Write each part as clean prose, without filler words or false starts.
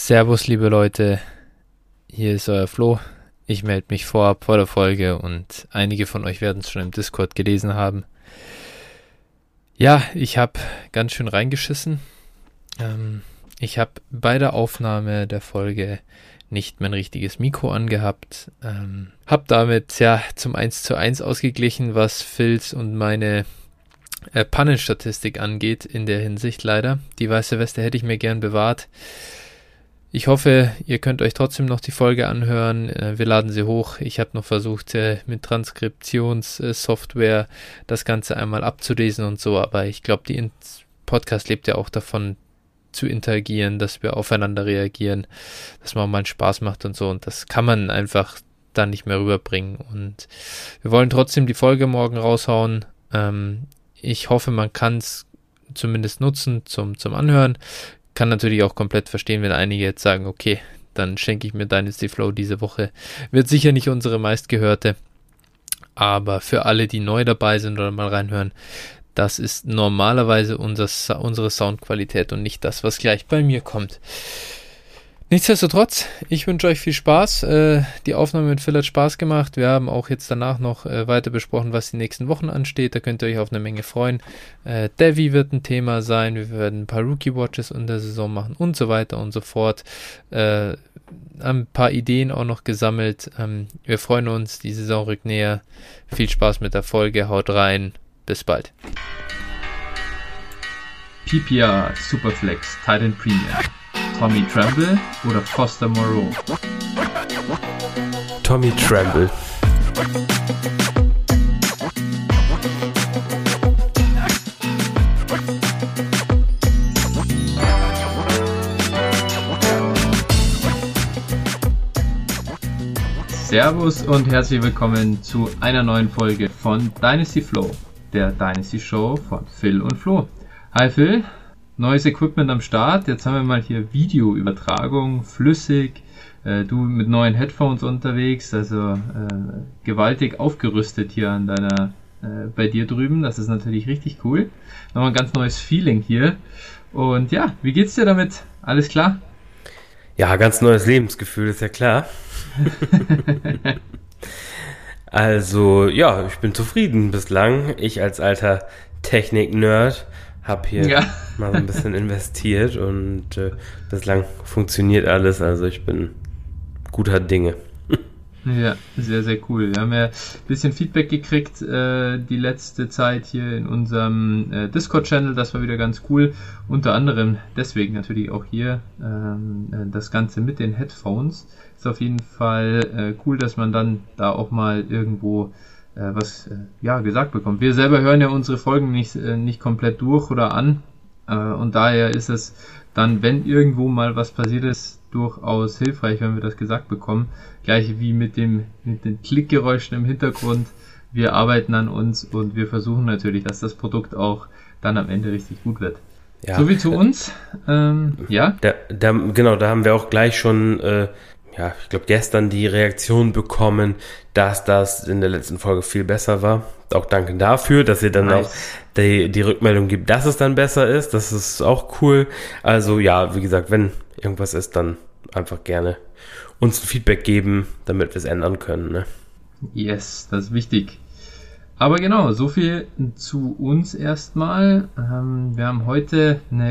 Servus, liebe Leute, hier ist euer Flo. Ich melde mich vorab vor der Folge und einige von euch werden es schon im Discord gelesen haben. Ja, ich habe ganz schön reingeschissen. Ich habe bei der Aufnahme der Folge nicht mein richtiges Mikro angehabt. Habe damit ja zum 1:1 ausgeglichen, was Phils und meine Pannenstatistik angeht in der Hinsicht leider. Die weiße Weste hätte ich mir gern bewahrt. Ich hoffe, ihr könnt euch trotzdem noch die Folge anhören. Wir laden sie hoch. Ich habe noch versucht, mit Transkriptionssoftware das Ganze einmal abzulesen und so, aber ich glaube, die Podcast lebt ja auch davon, zu interagieren, dass wir aufeinander reagieren, dass man mal Spaß macht und so, und das kann man einfach dann nicht mehr rüberbringen. Und wir wollen trotzdem die Folge morgen raushauen. Ich hoffe, man kann es zumindest nutzen zum Anhören. Kann natürlich auch komplett verstehen, wenn einige jetzt sagen, okay, dann schenke ich mir Dynasty Flow diese Woche. Wird sicher nicht unsere meistgehörte, aber für alle, die neu dabei sind oder mal reinhören, das ist normalerweise unsere Soundqualität und nicht das, was gleich bei mir kommt. Nichtsdestotrotz, ich wünsche euch viel Spaß. Die Aufnahme mit Phil hat Spaß gemacht. Wir haben auch jetzt danach noch weiter besprochen, was die nächsten Wochen ansteht. Da könnt ihr euch auf eine Menge freuen. Devi wird ein Thema sein. Wir werden ein paar Rookie-Watches in der Saison machen und so weiter und so fort. Haben ein paar Ideen auch noch gesammelt. Wir freuen uns. Die Saison rückt näher. Viel Spaß mit der Folge. Haut rein. Bis bald. PPR, Superflex, Titan Premium. Tommy Tremble oder Foster Moreau? Tommy Tremble. Servus und herzlich willkommen zu einer neuen Folge von Dynasty Flow, der Dynasty Show von Phil und Flo. Hi Phil. Neues Equipment am Start. Jetzt haben wir mal hier Videoübertragung, flüssig. Du mit neuen Headphones unterwegs, also gewaltig aufgerüstet hier an deiner, bei dir drüben. Das ist natürlich richtig cool. Nochmal ein ganz neues Feeling hier. Und ja, wie geht's dir damit? Alles klar? Ja, ganz neues Lebensgefühl, ist ja klar. Also, ja, ich bin zufrieden bislang. Ich als alter Technik-Nerd habe hier mal so ein bisschen investiert und bislang funktioniert alles, also ich bin guter Dinge. Ja, sehr, sehr cool. Wir haben ja ein bisschen Feedback gekriegt die letzte Zeit hier in unserem Discord-Channel, das war wieder ganz cool. Unter anderem deswegen natürlich auch hier das Ganze mit den Headphones. Ist auf jeden Fall cool, dass man dann da auch mal irgendwo was gesagt bekommt. Wir selber hören ja unsere Folgen nicht komplett durch oder an und daher ist es dann, wenn irgendwo mal was passiert ist, durchaus hilfreich, wenn wir das gesagt bekommen. Gleich wie mit den Klickgeräuschen im Hintergrund. Wir arbeiten an uns und wir versuchen natürlich, dass das Produkt auch dann am Ende richtig gut wird. Ja. So wie zu uns. Ja. Da haben wir auch gleich schon ich glaube gestern die Reaktion bekommen, dass das in der letzten Folge viel besser war. Auch danke dafür, dass ihr dann auch die Rückmeldung gibt, dass es dann besser ist. Das ist auch cool. Also ja, wie gesagt, wenn irgendwas ist, dann einfach gerne uns ein Feedback geben, damit wir es ändern können. Ne? Yes, das ist wichtig. Aber genau, so viel zu uns erstmal. Wir haben heute eine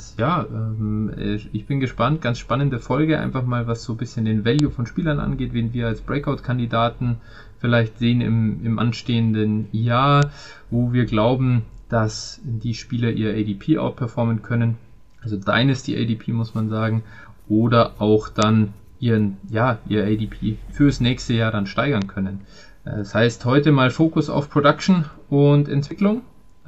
ich bin gespannt, ganz spannende Folge, einfach mal was so ein bisschen den Value von Spielern angeht, wen wir als Breakout-Kandidaten vielleicht sehen im anstehenden Jahr, wo wir glauben, dass die Spieler ihr ADP outperformen können, also Dynasty ADP muss man sagen, oder auch dann ihr ADP fürs nächste Jahr dann steigern können. Das heißt, heute mal Fokus auf Production und Entwicklung.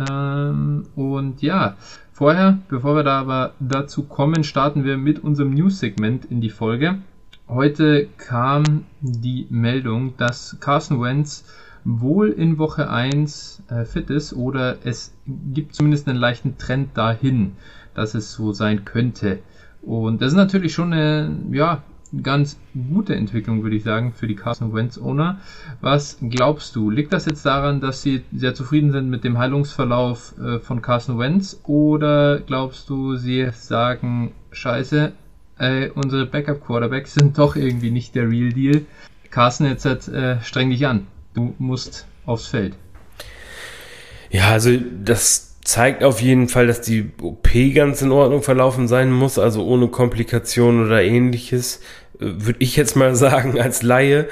Und ja, vorher, bevor wir da aber dazu kommen, starten wir mit unserem News-Segment in die Folge. Heute kam die Meldung, dass Carson Wentz wohl in Woche 1 fit ist, oder es gibt zumindest einen leichten Trend dahin, dass es so sein könnte. Und das ist natürlich schon eine, ganz gute Entwicklung, würde ich sagen, für die Carson Wentz Owner. Was glaubst du? Liegt das jetzt daran, dass sie sehr zufrieden sind mit dem Heilungsverlauf von Carson Wentz, oder glaubst du, sie sagen, scheiße, unsere Backup-Quarterbacks sind doch irgendwie nicht der Real Deal. Carson, jetzt streng dich an. Du musst aufs Feld. Ja, also das zeigt auf jeden Fall, dass die OP ganz in Ordnung verlaufen sein muss, also ohne Komplikationen oder ähnliches, würde ich jetzt mal sagen, als Laie.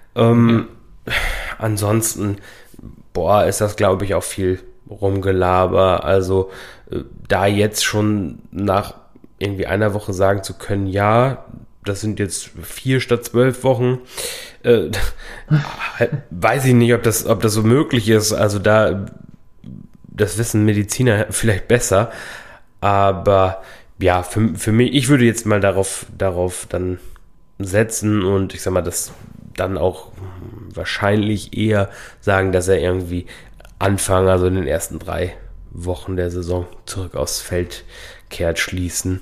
Ansonsten, ist das, glaube ich, auch viel Rumgelaber. Also da jetzt schon nach irgendwie einer Woche sagen zu können, ja, das sind jetzt 4 statt 12 Wochen, weiß ich nicht, ob das so möglich ist. Also das wissen Mediziner vielleicht besser, aber ja, für mich, ich würde jetzt mal darauf dann setzen und ich sag mal, das dann auch wahrscheinlich eher sagen, dass er irgendwie Anfang, also in den ersten 3 Wochen der Saison zurück aufs Feld kehrt, schließen.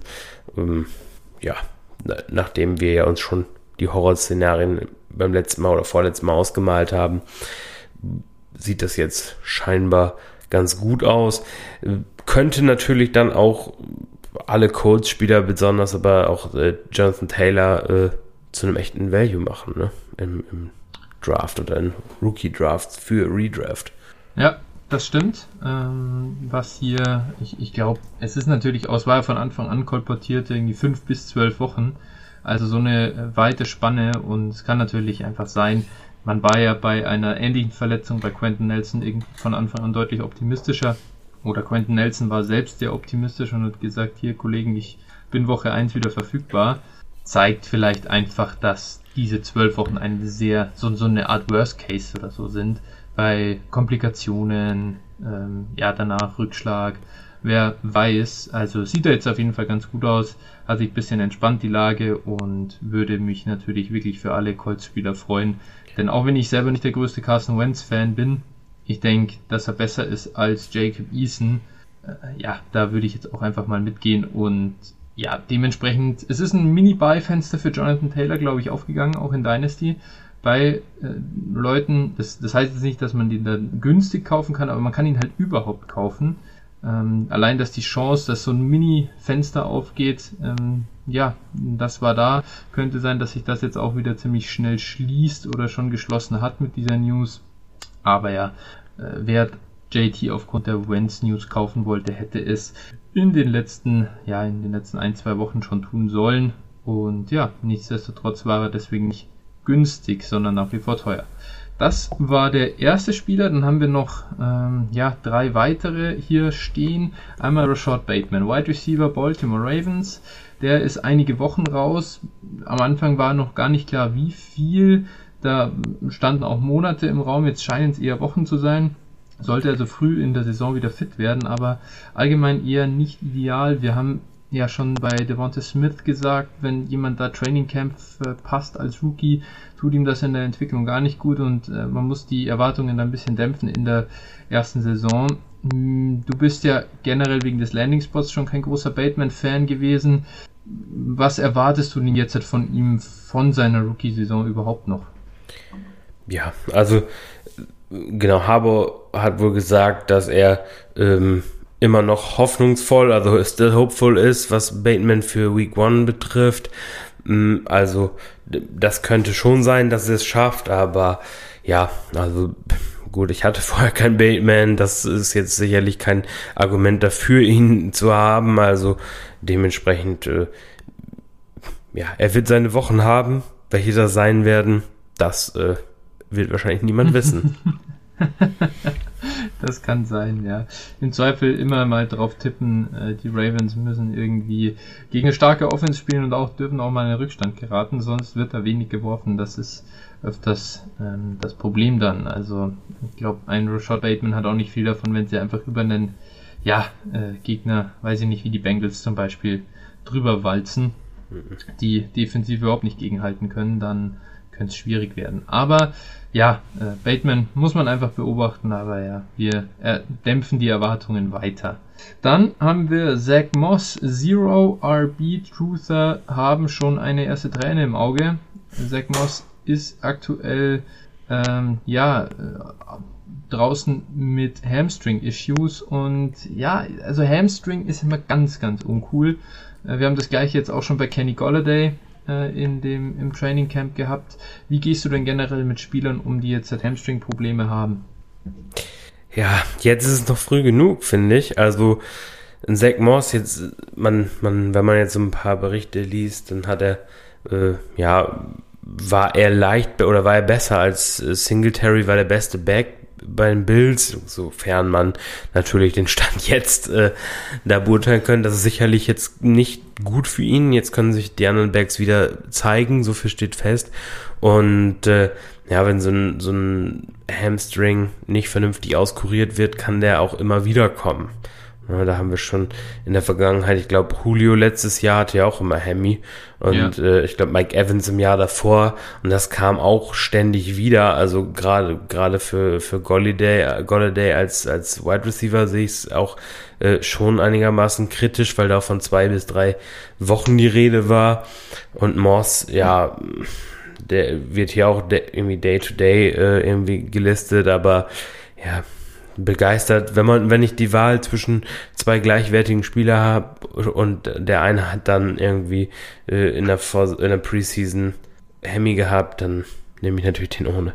Nachdem wir ja uns schon die Horrorszenarien beim letzten Mal oder vorletzten Mal ausgemalt haben, sieht das jetzt scheinbar ganz gut aus. Könnte natürlich dann auch alle Colts-Spieler, besonders aber auch Jonathan Taylor, zu einem echten Value machen, ne? Im Draft oder in Rookie-Drafts für Redraft. Ja, das stimmt. Was hier, ich glaube, es ist natürlich Auswahl von Anfang an kolportiert, irgendwie 5 bis 12 Wochen. Also so eine weite Spanne, und es kann natürlich einfach sein, man war ja bei einer ähnlichen Verletzung bei Quentin Nelson von Anfang an deutlich optimistischer, oder Quentin Nelson war selbst sehr optimistisch und hat gesagt, hier Kollegen, ich bin Woche 1 wieder verfügbar. Zeigt vielleicht einfach, dass diese 12 Wochen so eine Art Worst Case oder so sind, bei Komplikationen, danach Rückschlag, wer weiß. Also sieht er jetzt auf jeden Fall ganz gut aus, hat sich ein bisschen entspannt die Lage, und würde mich natürlich wirklich für alle Colts-Spieler freuen. Denn auch wenn ich selber nicht der größte Carson Wentz-Fan bin, ich denke, dass er besser ist als Jacob Eason. Da würde ich jetzt auch einfach mal mitgehen, und ja, dementsprechend, es ist ein Mini-Buy-Fenster für Jonathan Taylor, glaube ich, aufgegangen, auch in Dynasty. Bei Leuten, das heißt jetzt nicht, dass man den dann günstig kaufen kann, aber man kann ihn halt überhaupt kaufen. Allein, dass die Chance, dass so ein Mini-Fenster aufgeht, das war da. Könnte sein, dass sich das jetzt auch wieder ziemlich schnell schließt oder schon geschlossen hat mit dieser News. Aber ja, wer JT aufgrund der Wentz-News kaufen wollte, hätte es in den letzten 1-2 Wochen schon tun sollen. Und ja, nichtsdestotrotz war er deswegen nicht günstig, sondern nach wie vor teuer. Das war der erste Spieler. Dann haben wir noch 3 weitere hier stehen. Einmal Rashad Bateman, Wide Receiver, Baltimore Ravens. Der ist einige Wochen raus. Am Anfang war noch gar nicht klar, wie viel. Da standen auch Monate im Raum. Jetzt scheinen es eher Wochen zu sein. Sollte also früh in der Saison wieder fit werden, aber allgemein eher nicht ideal. Wir haben ja schon bei Devonta Smith gesagt, wenn jemand da Training Camp passt als Rookie, tut ihm das in der Entwicklung gar nicht gut, und man muss die Erwartungen ein bisschen dämpfen in der ersten Saison. Du bist ja generell wegen des Landing-Spots schon kein großer Bateman-Fan gewesen. Was erwartest du denn jetzt von ihm, von seiner Rookie-Saison überhaupt noch? Ja, also genau, Harbaugh hat wohl gesagt, dass er immer noch hoffnungsvoll, also still hopeful ist, was Bateman für Week 1 betrifft. Also das könnte schon sein, dass er es schafft, aber ja, also gut, ich hatte vorher keinen Bateman, das ist jetzt sicherlich kein Argument dafür, ihn zu haben, also dementsprechend, er wird seine Wochen haben, welche das sein werden, das wird wahrscheinlich niemand wissen. Das kann sein, ja. Im Zweifel immer mal drauf tippen, die Ravens müssen irgendwie gegen eine starke Offense spielen und dürfen auch mal in den Rückstand geraten, sonst wird da wenig geworfen. Das ist öfters das Problem dann. Also ich glaube, ein Rashad Bateman hat auch nicht viel davon, wenn sie einfach über einen Gegner, weiß ich nicht, wie die Bengals zum Beispiel, drüber walzen, die defensiv überhaupt nicht gegenhalten können, dann könnte es schwierig werden. Aber ja, Bateman muss man einfach beobachten, aber ja, wir dämpfen die Erwartungen weiter. Dann haben wir Zach Moss, Zero RB Truther, haben schon eine erste Träne im Auge. Zach Moss ist aktuell draußen mit Hamstring-Issues, und ja, also Hamstring ist immer ganz, ganz uncool. Wir haben das gleiche jetzt auch schon bei Kenny Golladay im Training Camp gehabt. Wie gehst du denn generell mit Spielern um, die jetzt Hamstring-Probleme haben? Ja, jetzt ist es noch früh genug, finde ich. Also Zach Moss, jetzt, wenn man jetzt so ein paar Berichte liest, dann hat er, war er besser als Singletary, war der beste Back bei den Bills, sofern man natürlich den Stand jetzt da beurteilen können. Das ist sicherlich jetzt nicht gut für ihn. Jetzt können sich die anderen Backs wieder zeigen, so viel steht fest. Und wenn so ein Hamstring nicht vernünftig auskuriert wird, kann der auch immer wieder kommen. Ja, da haben wir schon in der Vergangenheit, ich glaube, Julio letztes Jahr hatte ja auch immer Hemi und ich glaube Mike Evans im Jahr davor und das kam auch ständig wieder, also gerade für Golladay als Wide Receiver sehe ich es auch schon einigermaßen kritisch, weil da von 2 bis 3 Wochen die Rede war und Moss, der wird hier auch irgendwie Day-to-Day irgendwie gelistet, aber ja, begeistert, wenn ich die Wahl zwischen 2 gleichwertigen Spieler habe und der eine hat dann irgendwie in der Preseason Hemi gehabt, dann nehme ich natürlich den ohne.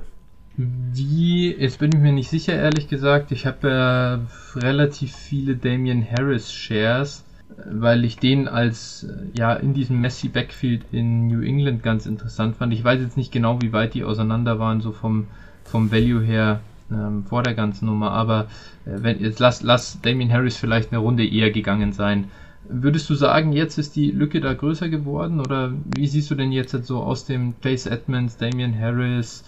Jetzt bin ich mir nicht sicher, ehrlich gesagt. Ich habe relativ viele Damien Harris Shares, weil ich den als in diesem Messy Backfield in New England ganz interessant fand. Ich weiß jetzt nicht genau, wie weit die auseinander waren, so vom Value her vor der ganzen Nummer, aber lass Damien Harris vielleicht eine Runde eher gegangen sein. Würdest du sagen, jetzt ist die Lücke da größer geworden oder wie siehst du denn jetzt so aus dem Chase Edmonds, Damien Harris,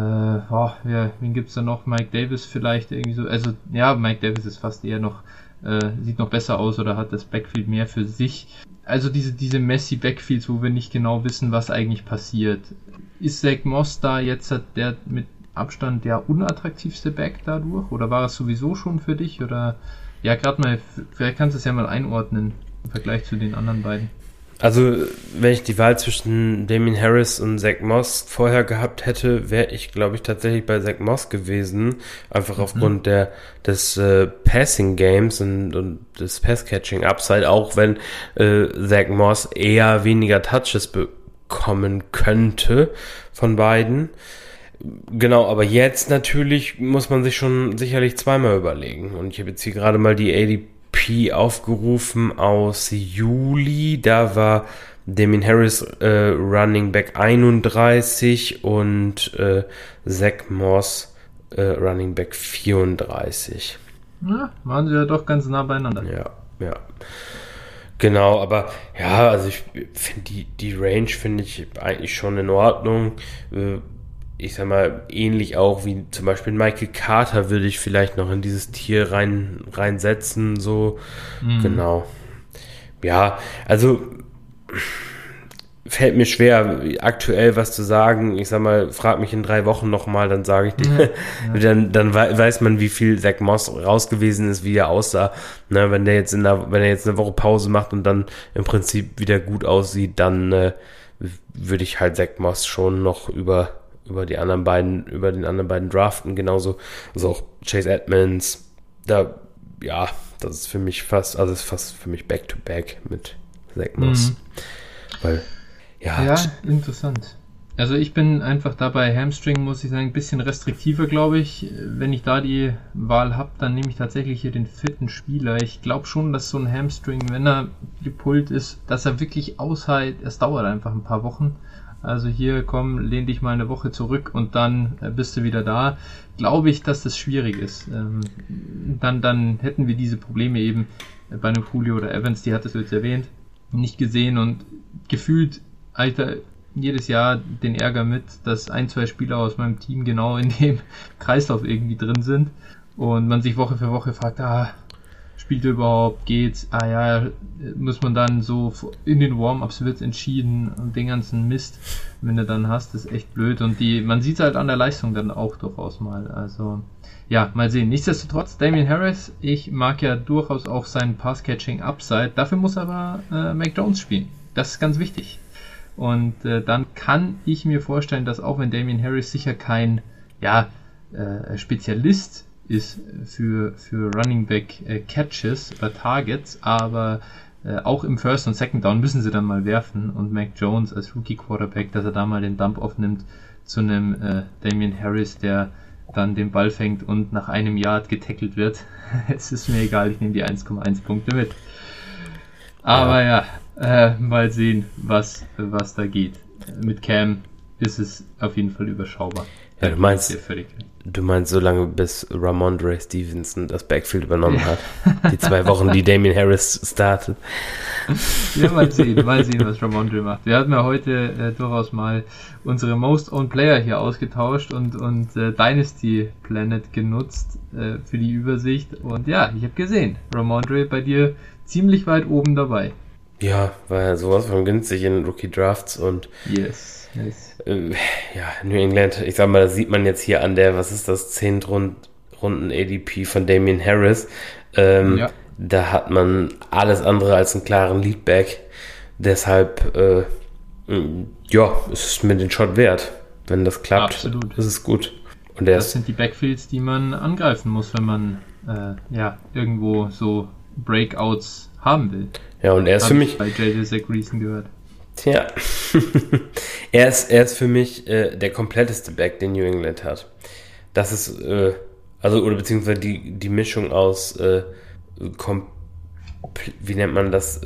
wen gibt's da noch? Mike Davis vielleicht irgendwie so, also ja, Mike Davis ist fast eher noch, sieht noch besser aus oder hat das Backfield mehr für sich. Also diese messy Backfields, wo wir nicht genau wissen, was eigentlich passiert. Ist Zach Moss da jetzt der mit Abstand der unattraktivste Back dadurch? Oder war es sowieso schon für dich? Oder ja, gerade mal, vielleicht kannst du es ja mal einordnen im Vergleich zu den anderen beiden. Also, wenn ich die Wahl zwischen Damien Harris und Zach Moss vorher gehabt hätte, wäre ich, glaube ich, tatsächlich bei Zach Moss gewesen. Einfach aufgrund des Passing Games und des Pass-Catching Upside, auch wenn Zach Moss eher weniger Touches bekommen könnte von beiden. Genau, aber jetzt natürlich muss man sich schon sicherlich zweimal überlegen. Und ich habe jetzt hier gerade mal die ADP aufgerufen aus Juli. Da war Damien Harris Running Back 31 und Zach Moss Running Back 34. Ja, waren sie ja doch ganz nah beieinander. Ja. Genau, aber ja, also ich finde die Range finde ich eigentlich schon in Ordnung. Ich sag mal, ähnlich auch wie zum Beispiel Michael Carter würde ich vielleicht noch in dieses Tier reinsetzen, so. Genau. Ja, also fällt mir schwer, aktuell was zu sagen. Ich sag mal, frag mich in 3 Wochen nochmal, dann sage ich dir, dann weiß man, wie viel Zach Moss raus gewesen ist, wie er aussah. Na, wenn er jetzt eine Woche Pause macht und dann im Prinzip wieder gut aussieht, dann würde ich halt Zach Moss schon noch über den anderen beiden draften, genauso also auch Chase Edmonds. Das ist für mich fast für mich Back-to-Back mit Zach Moss. Weil, ja, interessant. Also ich bin einfach dabei Hamstring, muss ich sagen, ein bisschen restriktiver, glaube ich. Wenn ich da die Wahl habe, dann nehme ich tatsächlich hier den fitten Spieler. Ich glaube schon, dass so ein Hamstring, wenn er gepullt ist, dass er wirklich aushält. Es dauert einfach ein paar Wochen. Also hier, komm, lehn dich mal eine Woche zurück und dann bist du wieder da. Glaube ich, dass das schwierig ist. Dann hätten wir diese Probleme eben bei einem Julio oder Evans, die hattest du jetzt erwähnt, nicht gesehen und gefühlt, Alter, jedes Jahr den Ärger mit, dass 1-2 Spieler aus meinem Team genau in dem Kreislauf irgendwie drin sind und man sich Woche für Woche fragt, spielt er überhaupt, geht's, muss man dann so in den Warm-Ups wird entschieden und den ganzen Mist, wenn du dann hast, ist echt blöd und man sieht es halt an der Leistung dann auch durchaus mal, also ja, mal sehen. Nichtsdestotrotz, Damien Harris, ich mag ja durchaus auch seinen Pass-Catching-Upside, dafür muss aber Mac Jones spielen, das ist ganz wichtig und dann kann ich mir vorstellen, dass auch wenn Damien Harris sicher kein Spezialist ist für Running Back Catches oder Targets, aber auch im First und Second Down müssen sie dann mal werfen und Mac Jones als Rookie Quarterback, dass er da mal den Dump-Off nimmt zu einem Damien Harris, der dann den Ball fängt und nach einem Yard getackelt wird. Es ist mir egal, ich nehme die 1,1 Punkte mit. Aber mal sehen, was da geht. Mit Cam ist es auf jeden Fall überschaubar. Ja, du meinst so lange, bis Ramondre Stevenson das Backfield übernommen hat. Die 2 Wochen, die Damien Harris startet. Ja, mal sehen, was Ramondre macht. Wir hatten ja heute durchaus mal unsere Most Owned Player hier ausgetauscht und Dynasty Planet genutzt für die Übersicht. Und ja, ich habe gesehen, Ramondre bei dir ziemlich weit oben dabei. Ja, war ja sowas von günstig in Rookie Drafts und Yes. New England, ich sag mal, das sieht man jetzt hier an der, was ist das, 10 Runden ADP von Damien Harris. Da hat man alles andere als einen klaren Leadback. Deshalb, ist es mir den Shot wert. Wenn das klappt, Absolut. Ist es gut. Und das sind die Backfields, die man angreifen muss, wenn man irgendwo so Breakouts haben will. Ja, und er ist für mich... bei J.J. Zach Reason gehört. Tja, er ist für mich der kompletteste Back, den New England hat. Das ist, beziehungsweise die Mischung aus, wie nennt man das?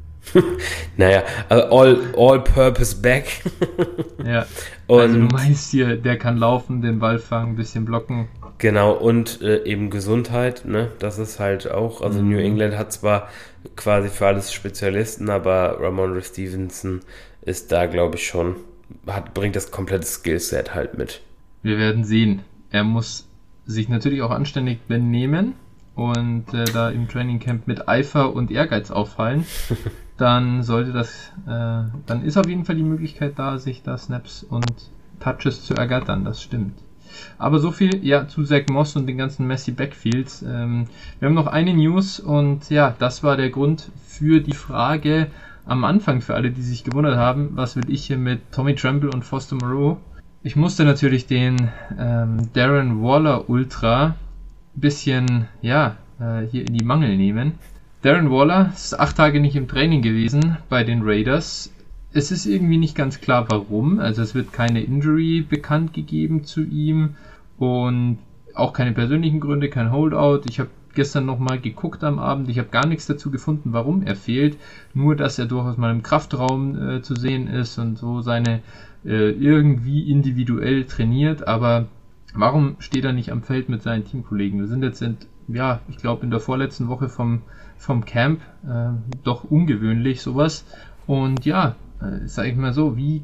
All-Purpose Back. Ja, also du meinst hier, der kann laufen, den Ball fangen, ein bisschen blocken. Genau, und eben Gesundheit, ne? Das ist halt auch, also New England hat zwar quasi für alles Spezialisten, aber Ramondre Stevenson ist da, glaube ich, schon, bringt das komplette Skillset halt mit. Wir werden sehen. Er muss sich natürlich auch anständig benehmen und da im Trainingcamp mit Eifer und Ehrgeiz auffallen. Dann dann ist auf jeden Fall die Möglichkeit da, sich da Snaps und Touches zu ergattern, das stimmt. Aber so viel zu Zach Moss und den ganzen Messy Backfields. Wir haben noch eine News und das war der Grund für die Frage am Anfang für alle, die sich gewundert haben, was will ich hier mit Tommy Tremble und Foster Moreau? Ich musste natürlich den Darren Waller Ultra ein bisschen hier in die Mangel nehmen. Darren Waller ist 8 Tage nicht im Training gewesen bei den Raiders. Es ist irgendwie nicht ganz klar, warum. Also es wird keine Injury bekannt gegeben zu ihm und auch keine persönlichen Gründe, kein Holdout. Ich habe gestern nochmal geguckt am Abend. Ich habe gar nichts dazu gefunden, warum er fehlt. Nur, dass er durchaus mal im Kraftraum zu sehen ist und so seine irgendwie individuell trainiert. Aber warum steht er nicht am Feld mit seinen Teamkollegen? Wir sind jetzt ich glaube in der vorletzten Woche vom Camp. Doch ungewöhnlich sowas. Und sag ich mal so, wie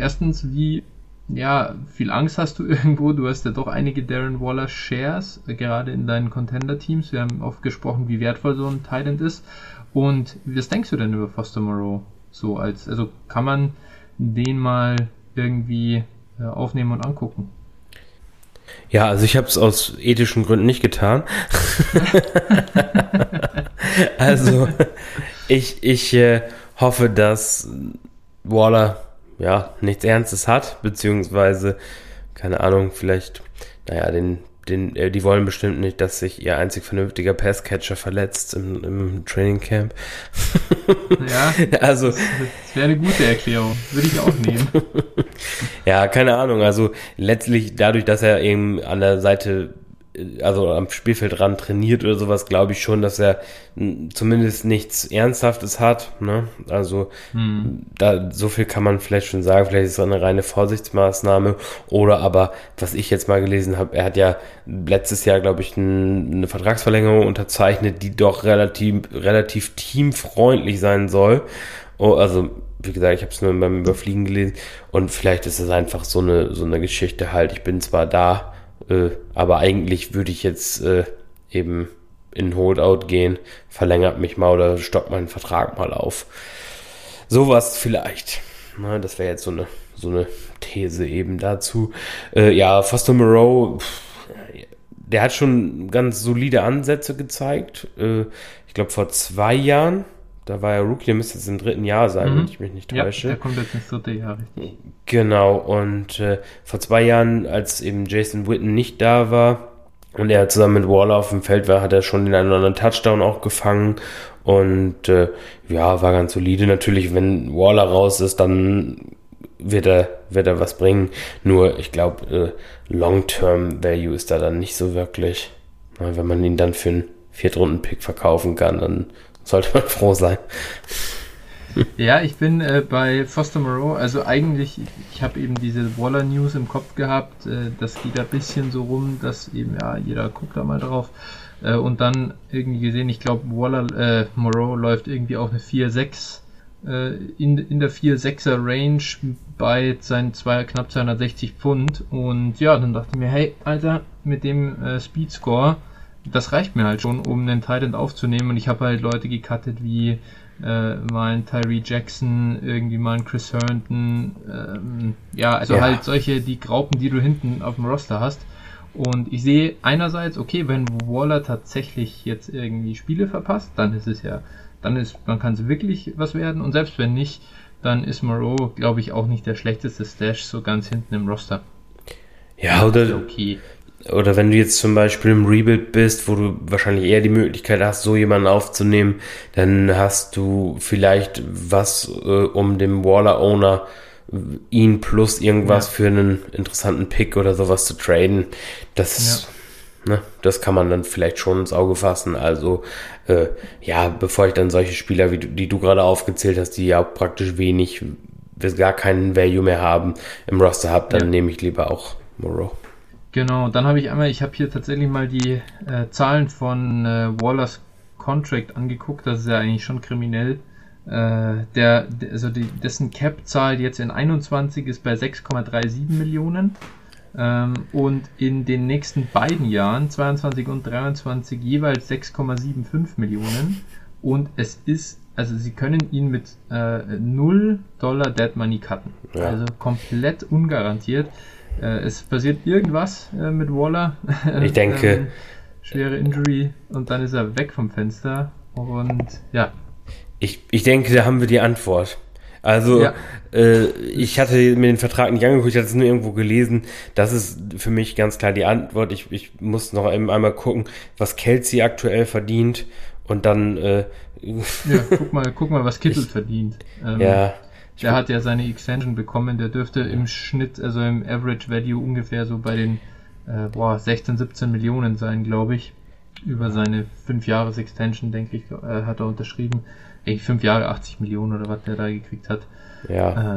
viel Angst hast du irgendwo? Du hast ja doch einige Darren Waller Shares, gerade in deinen Contender-Teams. Wir haben oft gesprochen, wie wertvoll so ein Tight End ist. Und was denkst du denn über Foster Moreau? Also kann man den mal irgendwie aufnehmen und angucken? Ja, also ich habe es aus ethischen Gründen nicht getan. Also ich hoffe, dass Waller nichts Ernstes hat, beziehungsweise, keine Ahnung, vielleicht, die wollen bestimmt nicht, dass sich ihr einzig vernünftiger Passcatcher verletzt im Trainingcamp. Ja, also das wäre eine gute Erklärung, würde ich auch nehmen. Ja, keine Ahnung, also letztlich dadurch, dass er eben an der Seite, also am Spielfeldrand trainiert oder sowas, glaube ich schon, dass er zumindest nichts Ernsthaftes hat, ne? Also da so viel kann man vielleicht schon sagen, vielleicht ist es eine reine Vorsichtsmaßnahme oder aber, was ich jetzt mal gelesen habe, er hat ja letztes Jahr, glaube ich, eine Vertragsverlängerung unterzeichnet, die doch relativ teamfreundlich sein soll. Oh, also wie gesagt, ich habe es nur beim Überfliegen gelesen und vielleicht ist es einfach so eine Geschichte halt, ich bin zwar da, aber eigentlich würde ich jetzt eben in Holdout gehen, verlängert mich mal oder stockt meinen Vertrag mal auf. Sowas vielleicht. Na, das wäre jetzt so eine These eben dazu. Foster Moreau, der hat schon ganz solide Ansätze gezeigt. Ich glaube vor 2 Jahren. Da war er Rookie, der müsste jetzt im 3. Jahr sein, wenn ich mich nicht täusche. Ja, der kommt jetzt ins 3. Jahr, richtig. Genau, und vor 2 Jahren, als eben Jason Witten nicht da war, und er zusammen mit Waller auf dem Feld war, hat er schon den einen oder anderen Touchdown auch gefangen und war ganz solide. Natürlich, wenn Waller raus ist, dann wird er was bringen. Nur, ich glaube, Long-Term-Value ist da dann nicht so wirklich. Wenn man ihn dann für einen Viertrunden-Pick verkaufen kann, dann sollte man froh sein. Ja, ich bin bei Foster Moreau, also eigentlich, ich habe eben diese Waller-News im Kopf gehabt, das geht ein bisschen so rum, dass eben, jeder guckt da mal drauf und dann irgendwie gesehen, ich glaube, Moreau läuft irgendwie auch eine 4,6 in der 4,6er Range bei seinen knapp 260 Pfund und ja, dann dachte ich mir, hey, Alter, mit dem Speed-Score, das reicht mir halt schon, um einen Tight End aufzunehmen und ich habe halt Leute gecuttet wie mal ein Tyree Jackson, irgendwie mal ein Chris Herndon, halt solche, die Graupen, die du hinten auf dem Roster hast. Und ich sehe einerseits, okay, wenn Waller tatsächlich jetzt irgendwie Spiele verpasst, dann kann es wirklich was werden. Und selbst wenn nicht, dann ist Moreau, glaube ich, auch nicht der schlechteste Stash so ganz hinten im Roster. Ja, oder wenn du jetzt zum Beispiel im Rebuild bist, wo du wahrscheinlich eher die Möglichkeit hast, so jemanden aufzunehmen, dann hast du vielleicht was, um dem Waller-Owner ihn plus irgendwas für einen interessanten Pick oder sowas zu traden. Das kann man dann vielleicht schon ins Auge fassen. Also, bevor ich dann solche Spieler, die du gerade aufgezählt hast, die ja praktisch gar keinen Value mehr haben, im Roster habe, dann nehme ich lieber auch Moreau. Genau, dann habe ich habe hier tatsächlich mal die Zahlen von Wallers Contract angeguckt, das ist ja eigentlich schon kriminell. Dessen Cap-Zahl jetzt in 21 ist bei 6,37 Millionen und in den nächsten beiden Jahren, 22 und 23, jeweils 6,75 Millionen und es ist, also sie können ihn mit $0 Dead Money cutten, also komplett ungarantiert. Es passiert irgendwas mit Waller. Ich denke. Schwere Injury und dann ist er weg vom Fenster. Und ja. Ich denke, da haben wir die Antwort. Also, ich hatte mir den Vertrag nicht angeguckt, ich hatte es nur irgendwo gelesen. Das ist für mich ganz klar die Antwort. Ich muss noch einmal gucken, was Kelsey aktuell verdient. Und dann. Guck mal, was Kittle verdient. Der hat ja seine Extension bekommen, der dürfte im Schnitt, also im Average Value ungefähr so bei den 16, 17 Millionen sein, glaube ich. Über seine 5-Jahres-Extension, denke ich, hat er unterschrieben. 5 Jahre, 80 Millionen oder was der da gekriegt hat. Ja.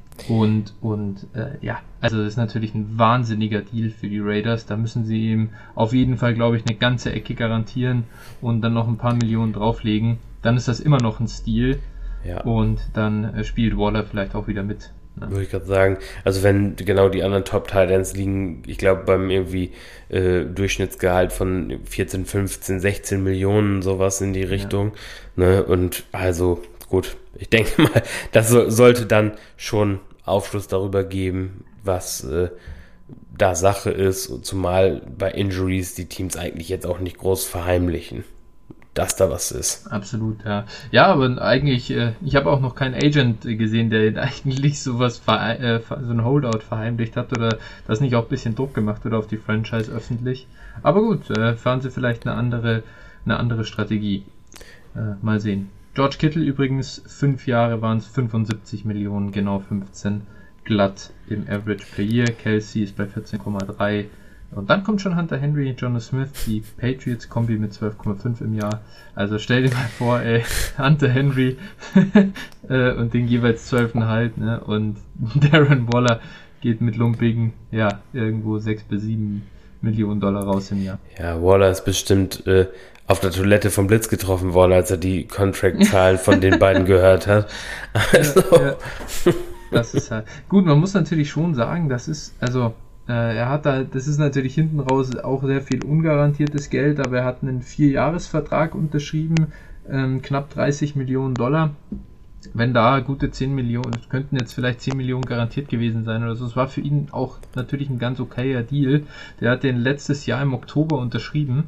Also das ist natürlich ein wahnsinniger Deal für die Raiders. Da müssen sie ihm auf jeden Fall, glaube ich, eine ganze Ecke garantieren und dann noch ein paar Millionen drauflegen. Dann ist das immer noch ein Steal. Ja. Und dann spielt Waller vielleicht auch wieder mit. Ne? Würde ich gerade sagen, also wenn genau die anderen Top-Titans liegen, ich glaube beim irgendwie Durchschnittsgehalt von 14, 15, 16 Millionen, sowas in die Richtung. Ja. Ne? Und also gut, ich denke mal, das sollte dann schon Aufschluss darüber geben, was da Sache ist, zumal bei Injuries die Teams eigentlich jetzt auch nicht groß verheimlichen, dass da was ist. Absolut, ja. Ja, aber eigentlich, ich habe auch noch keinen Agent gesehen, der eigentlich sowas, so ein Holdout verheimlicht hat oder das nicht auch ein bisschen Druck gemacht wird auf die Franchise öffentlich. Aber gut, fahren sie vielleicht eine andere Strategie. Mal sehen. George Kittle übrigens, 5 Jahre waren es 75 Millionen, genau 15 glatt im Average per Year. Kelsey ist bei 14,3. Und dann kommt schon Hunter Henry, Jonnu Smith, die Patriots-Kombi mit 12,5 im Jahr. Also stell dir mal vor, Hunter Henry und den jeweils 12,5, ne? Und Darren Waller geht mit lumpigen, irgendwo 6 bis 7 Millionen Dollar raus im Jahr. Ja, Waller ist bestimmt auf der Toilette vom Blitz getroffen worden, als er die Contract-Zahlen von den beiden gehört hat. Also. Ja. Das ist halt gut, man muss natürlich schon sagen, das ist, also das ist natürlich hinten raus auch sehr viel ungarantiertes Geld, aber er hat einen 4-Jahres-Vertrag unterschrieben, knapp 30 Millionen Dollar. Wenn da gute 10 Millionen, könnten jetzt vielleicht 10 Millionen garantiert gewesen sein oder so. Es war für ihn auch natürlich ein ganz okayer Deal. Der hat den letztes Jahr im Oktober unterschrieben.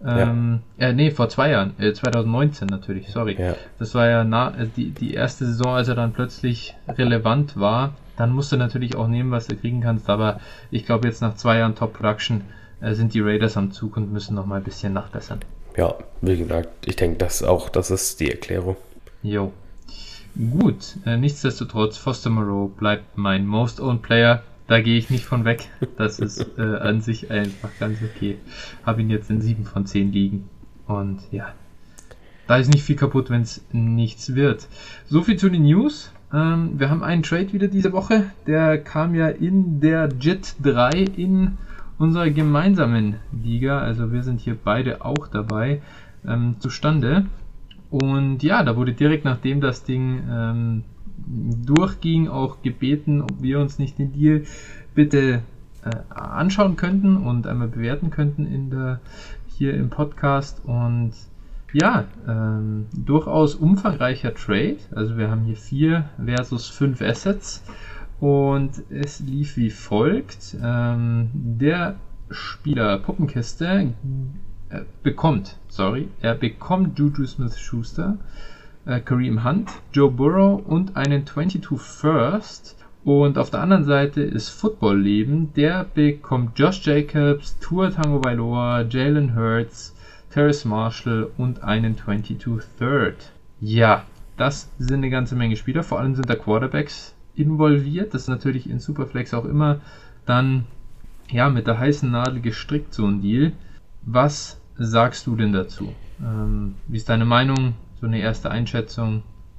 Vor 2 Jahren, 2019 natürlich, sorry. Ja. Das war ja die erste Saison, als er dann plötzlich relevant war. Dann musst du natürlich auch nehmen, was du kriegen kannst, aber ich glaube jetzt nach 2 Jahren Top Production sind die Raiders am Zug und müssen noch mal ein bisschen nachbessern. Ja, wie gesagt, ich denke, das ist die Erklärung. Jo. Gut, nichtsdestotrotz, Foster Moreau bleibt mein Most Owned Player. Da gehe ich nicht von weg. Das ist an sich einfach ganz okay. Habe ihn jetzt in 7 von 10 liegen. Und ja, da ist nicht viel kaputt, wenn es nichts wird. So viel zu den News. Wir haben einen Trade wieder diese Woche. Der kam ja in der JIT 3 in unserer gemeinsamen Liga. Also wir sind hier beide auch dabei zustande. Und ja, da wurde direkt, nachdem das Ding durchging, auch gebeten, ob wir uns nicht den Deal bitte anschauen könnten und einmal bewerten könnten hier im Podcast. Und ja, durchaus umfangreicher Trade. Also wir haben hier 4 versus 5 Assets und es lief wie folgt. Der Spieler Puppenkiste bekommt Juju Smith-Schuster, Kareem Hunt, Joe Burrow und einen 22 First. Und auf der anderen Seite ist Football Leben. Der bekommt Josh Jacobs, Tua Tagovailoa, Jalen Hurts, Terrace Marshall und einen 22 Third. Ja, das sind eine ganze Menge Spieler. Vor allem sind da Quarterbacks involviert. Das ist natürlich in Superflex auch immer dann ja mit der heißen Nadel gestrickt, so ein Deal. Was sagst du denn dazu? Wie ist deine Meinung? So eine erste Einschätzung?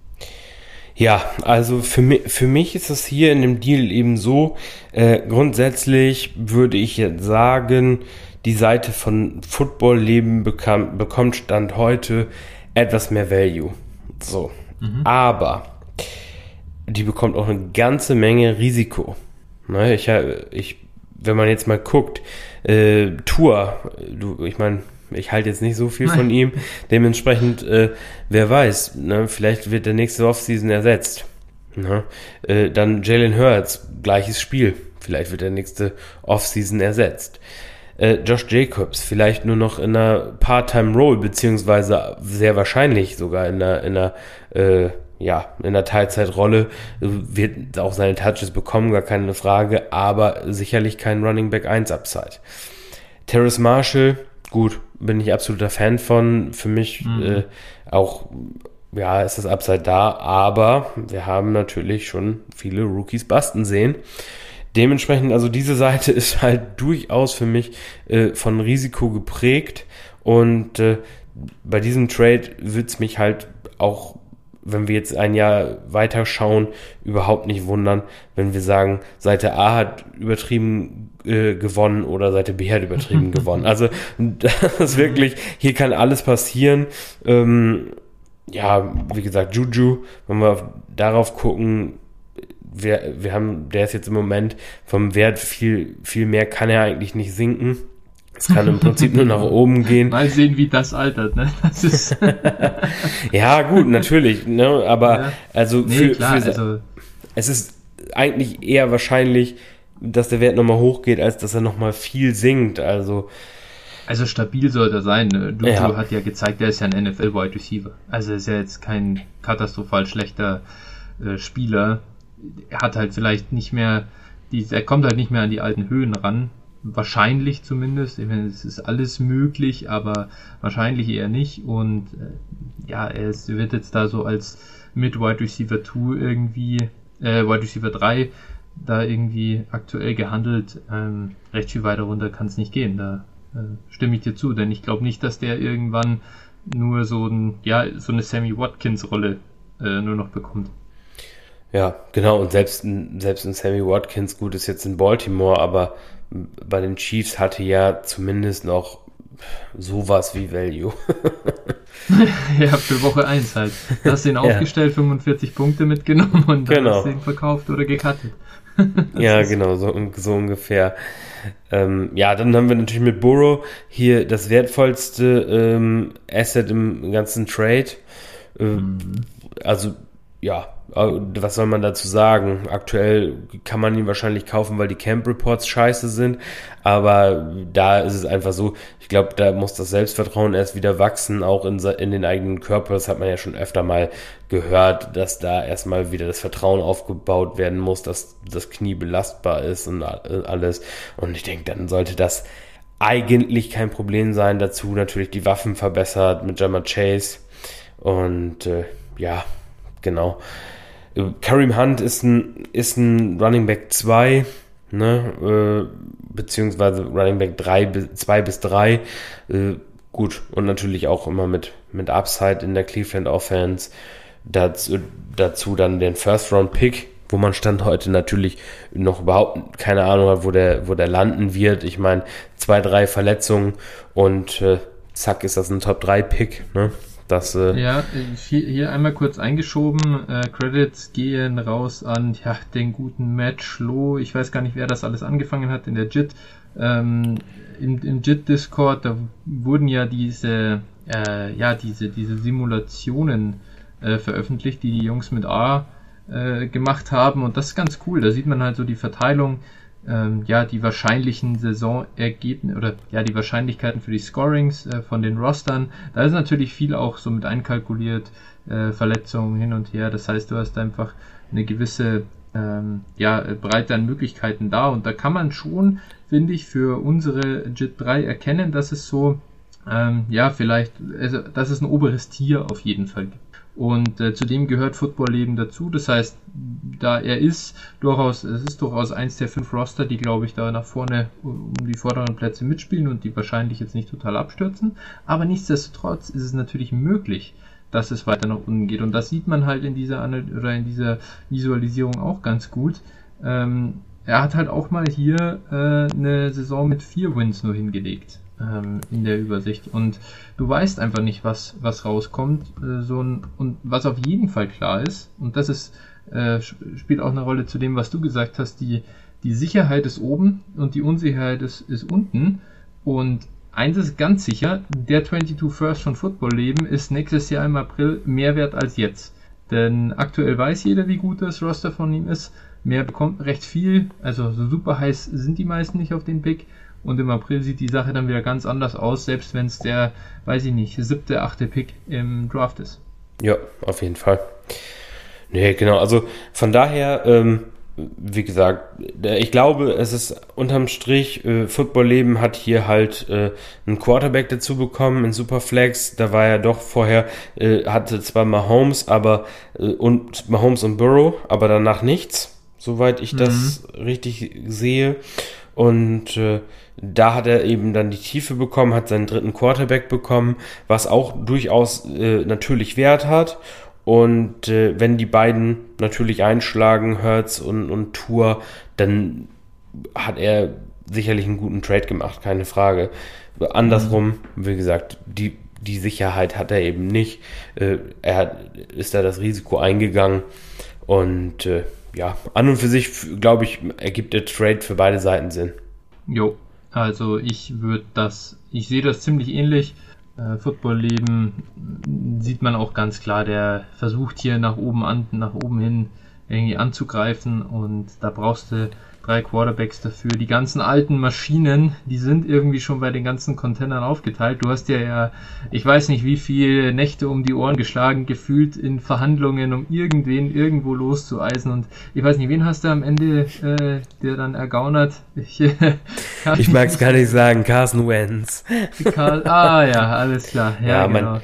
Ja, also für mich ist es hier in dem Deal eben so, grundsätzlich würde ich jetzt sagen, die Seite von Football Leben bekommt Stand heute etwas mehr Value. So. Aber die bekommt auch eine ganze Menge Risiko. Ne, wenn man jetzt mal guckt, Tua, ich halte jetzt nicht so viel von ihm, dementsprechend, wer weiß, ne, vielleicht wird der nächste Offseason ersetzt. Ne? Dann Jalen Hurts, gleiches Spiel, vielleicht wird der nächste Offseason ersetzt. Josh Jacobs, vielleicht nur noch in einer Part-Time-Role, beziehungsweise sehr wahrscheinlich sogar in einer Teilzeitrolle, wird auch seine Touches bekommen, gar keine Frage, aber sicherlich kein Running Back 1 Upside. Terrace Marshall, gut, bin ich absoluter Fan von, für mich auch, ja, ist das Upside da, aber wir haben natürlich schon viele Rookies busten sehen. Dementsprechend, also diese Seite ist halt durchaus für mich von Risiko geprägt und bei diesem Trade wird es mich halt auch, wenn wir jetzt ein Jahr weiter schauen, überhaupt nicht wundern, wenn wir sagen, Seite A hat übertrieben gewonnen oder Seite B hat übertrieben gewonnen. Also das ist wirklich, hier kann alles passieren. Ja, wie gesagt, Juju, wenn wir darauf gucken, wir haben, der ist jetzt im Moment vom Wert viel, viel mehr kann er eigentlich nicht sinken. Es kann im Prinzip nur nach oben gehen. Mal sehen, wie das altert, ne? Das ist ja, gut, natürlich, ne? Aber ja. Also, es ist eigentlich eher wahrscheinlich, dass der Wert nochmal hochgeht, als dass er nochmal viel sinkt. Also stabil sollte er sein. Juju hat ja gezeigt, er ist ja ein NFL-Wide Receiver. Also ist ja jetzt kein katastrophal schlechter Spieler. Er hat halt vielleicht nicht mehr, er kommt halt nicht mehr an die alten Höhen ran. Wahrscheinlich zumindest. Ich meine, es ist alles möglich, aber wahrscheinlich eher nicht. Und wird jetzt da so als mit Wide Receiver 2 irgendwie, Wide Receiver 3 da irgendwie aktuell gehandelt. Recht viel weiter runter kann es nicht gehen. Da stimme ich dir zu, denn ich glaube nicht, dass der irgendwann nur so eine Sammy Watkins Rolle nur noch bekommt. Ja, genau, und selbst ein Sammy Watkins, gut, ist jetzt in Baltimore, aber bei den Chiefs hatte ja zumindest noch sowas wie Value. Ja, für Woche 1 halt. Du hast ihn aufgestellt, 45 Punkte mitgenommen und dann hast du ihn verkauft oder gecuttet. Ja, genau, so ungefähr. Dann haben wir natürlich mit Burrow hier das wertvollste Asset im ganzen Trade. Also, ja, was soll man dazu sagen? Aktuell kann man ihn wahrscheinlich kaufen, weil die Camp Reports scheiße sind, aber da ist es einfach so, ich glaube, da muss das Selbstvertrauen erst wieder wachsen, auch in den eigenen Körper. Das hat man ja schon öfter mal gehört, dass da erstmal wieder das Vertrauen aufgebaut werden muss, dass das Knie belastbar ist und alles. Und ich denke, dann sollte das eigentlich kein Problem sein. Dazu natürlich die Waffen verbessert mit Ja'Marr Chase. Und genau. Kareem Hunt ist ein Running Back 2, ne? Beziehungsweise Running Back 2 bis 3. Gut, und natürlich auch immer mit Upside in der Cleveland Offense. Dazu dann den First-Round-Pick, wo man Stand heute natürlich noch überhaupt keine Ahnung hat, wo der landen wird. Ich meine, 2-3 Verletzungen und zack ist das ein Top-3-Pick, ne? Hier einmal kurz eingeschoben, Credits gehen raus an den guten Matt Schloh. Ich weiß gar nicht, wer das alles angefangen hat in der JIT. Im JIT-Discord, da wurden ja diese Simulationen veröffentlicht, die Jungs mit A gemacht haben, und das ist ganz cool. Da sieht man halt so die Verteilung, die wahrscheinlichen Saisonergebnisse oder die Wahrscheinlichkeiten für die Scorings von den Rostern. Da ist natürlich viel auch so mit einkalkuliert, Verletzungen hin und her. Das heißt, du hast einfach eine gewisse Breite an Möglichkeiten da, und da kann man schon, finde ich, für unsere JIT 3 erkennen, dass es so dass es ein oberes Tier auf jeden Fall gibt. Und zudem gehört Football-Leben dazu. Das heißt, es ist durchaus eins der 5 Roster, die, glaube ich, da nach vorne um die vorderen Plätze mitspielen und die wahrscheinlich jetzt nicht total abstürzen. Aber nichtsdestotrotz ist es natürlich möglich, dass es weiter nach unten geht. Und das sieht man halt in dieser Visualisierung auch ganz gut. Er hat halt auch mal hier eine Saison mit 4 Wins nur hingelegt in der Übersicht, und du weißt einfach nicht, was rauskommt, und was auf jeden Fall klar ist, und das ist spielt auch eine Rolle zu dem, was du gesagt hast, die Sicherheit ist oben und die Unsicherheit ist unten, und eins ist ganz sicher, der 22 First von Football-Leben ist nächstes Jahr im April mehr wert als jetzt, denn aktuell weiß jeder, wie gut das Roster von ihm ist, mehr bekommt recht viel, also so super heiß sind die meisten nicht auf den Pick. Und im April sieht die Sache dann wieder ganz anders aus, selbst wenn es der, 7., 8. Pick im Draft ist. Ja, auf jeden Fall. Nee, genau, also von daher, wie gesagt, ich glaube, es ist unterm Strich, Football-Leben hat hier halt einen Quarterback dazu bekommen in Superflex. Da war ja doch vorher, hatte zwar Mahomes und Burrow, aber danach nichts, soweit ich das richtig sehe. Und da hat er eben dann die Tiefe bekommen, hat seinen 3. Quarterback bekommen, was auch durchaus natürlich Wert hat. Und wenn die beiden natürlich einschlagen, Hurts und Tour, dann hat er sicherlich einen guten Trade gemacht, keine Frage. Andersrum, wie gesagt, die Sicherheit hat er eben nicht. Ist da das Risiko eingegangen, und an und für sich, glaube ich, ergibt der Trade für beide Seiten Sinn. Jo, also ich sehe das ziemlich ähnlich. Football-Leben sieht man auch ganz klar, der versucht hier nach oben hin irgendwie anzugreifen, und da brauchst du 3 Quarterbacks dafür. Die ganzen alten Maschinen, die sind irgendwie schon bei den ganzen Contendern aufgeteilt. Du hast ja, ich weiß nicht, wie viele Nächte um die Ohren geschlagen, gefühlt in Verhandlungen, um irgendwen irgendwo loszueisen, und ich weiß nicht, wen hast du am Ende, der dann ergaunert? Ich mag es gar nicht sagen, Carson Wentz. Alles klar. Ja, genau.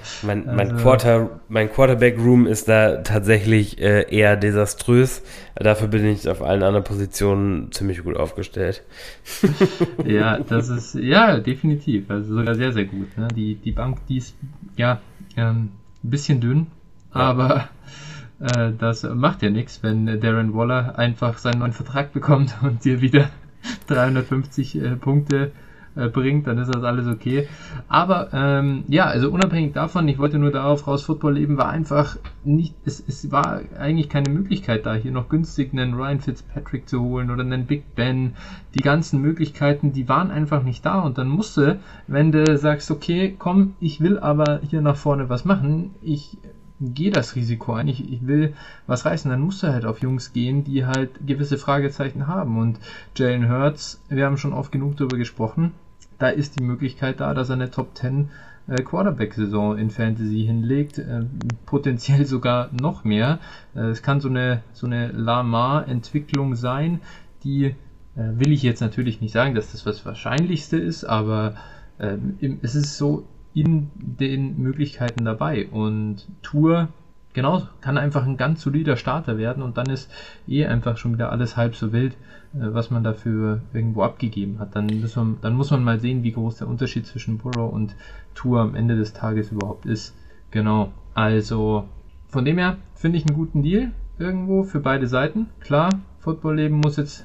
Mein Quarterback-Room ist da tatsächlich eher desaströs. Dafür bin ich auf allen anderen Positionen ziemlich gut aufgestellt. Ja, das ist, definitiv. Also sogar sehr, sehr gut. Ne? Die Bank, die ist, ein bisschen dünn, aber das macht ja nichts, wenn Darren Waller einfach seinen neuen Vertrag bekommt und dir wieder 350 Punkte bringt, dann ist das alles okay. Aber also unabhängig davon, ich wollte nur darauf raus, Football-Leben war einfach nicht, es war eigentlich keine Möglichkeit da, hier noch günstig einen Ryan Fitzpatrick zu holen oder einen Big Ben. Die ganzen Möglichkeiten, die waren einfach nicht da, und dann musste, wenn du sagst, okay, komm, ich will aber hier nach vorne was machen, ich gehe das Risiko ein, ich will was reißen, dann musst du halt auf Jungs gehen, die halt gewisse Fragezeichen haben, und Jalen Hurts, wir haben schon oft genug darüber gesprochen, da ist die Möglichkeit da, dass er eine Top 10 Quarterback-Saison in Fantasy hinlegt, potenziell sogar noch mehr. Es kann so eine Lamar-Entwicklung sein, die will ich jetzt natürlich nicht sagen, dass das was Wahrscheinlichste ist, aber es ist so in den Möglichkeiten dabei. Und Tour, genau, kann einfach ein ganz solider Starter werden und dann ist einfach schon wieder alles halb so wild, was man dafür irgendwo abgegeben hat. Dann muss man mal sehen, wie groß der Unterschied zwischen Burrow und Tour am Ende des Tages überhaupt ist. Genau, also von dem her finde ich einen guten Deal irgendwo für beide Seiten. Klar, Footballleben muss jetzt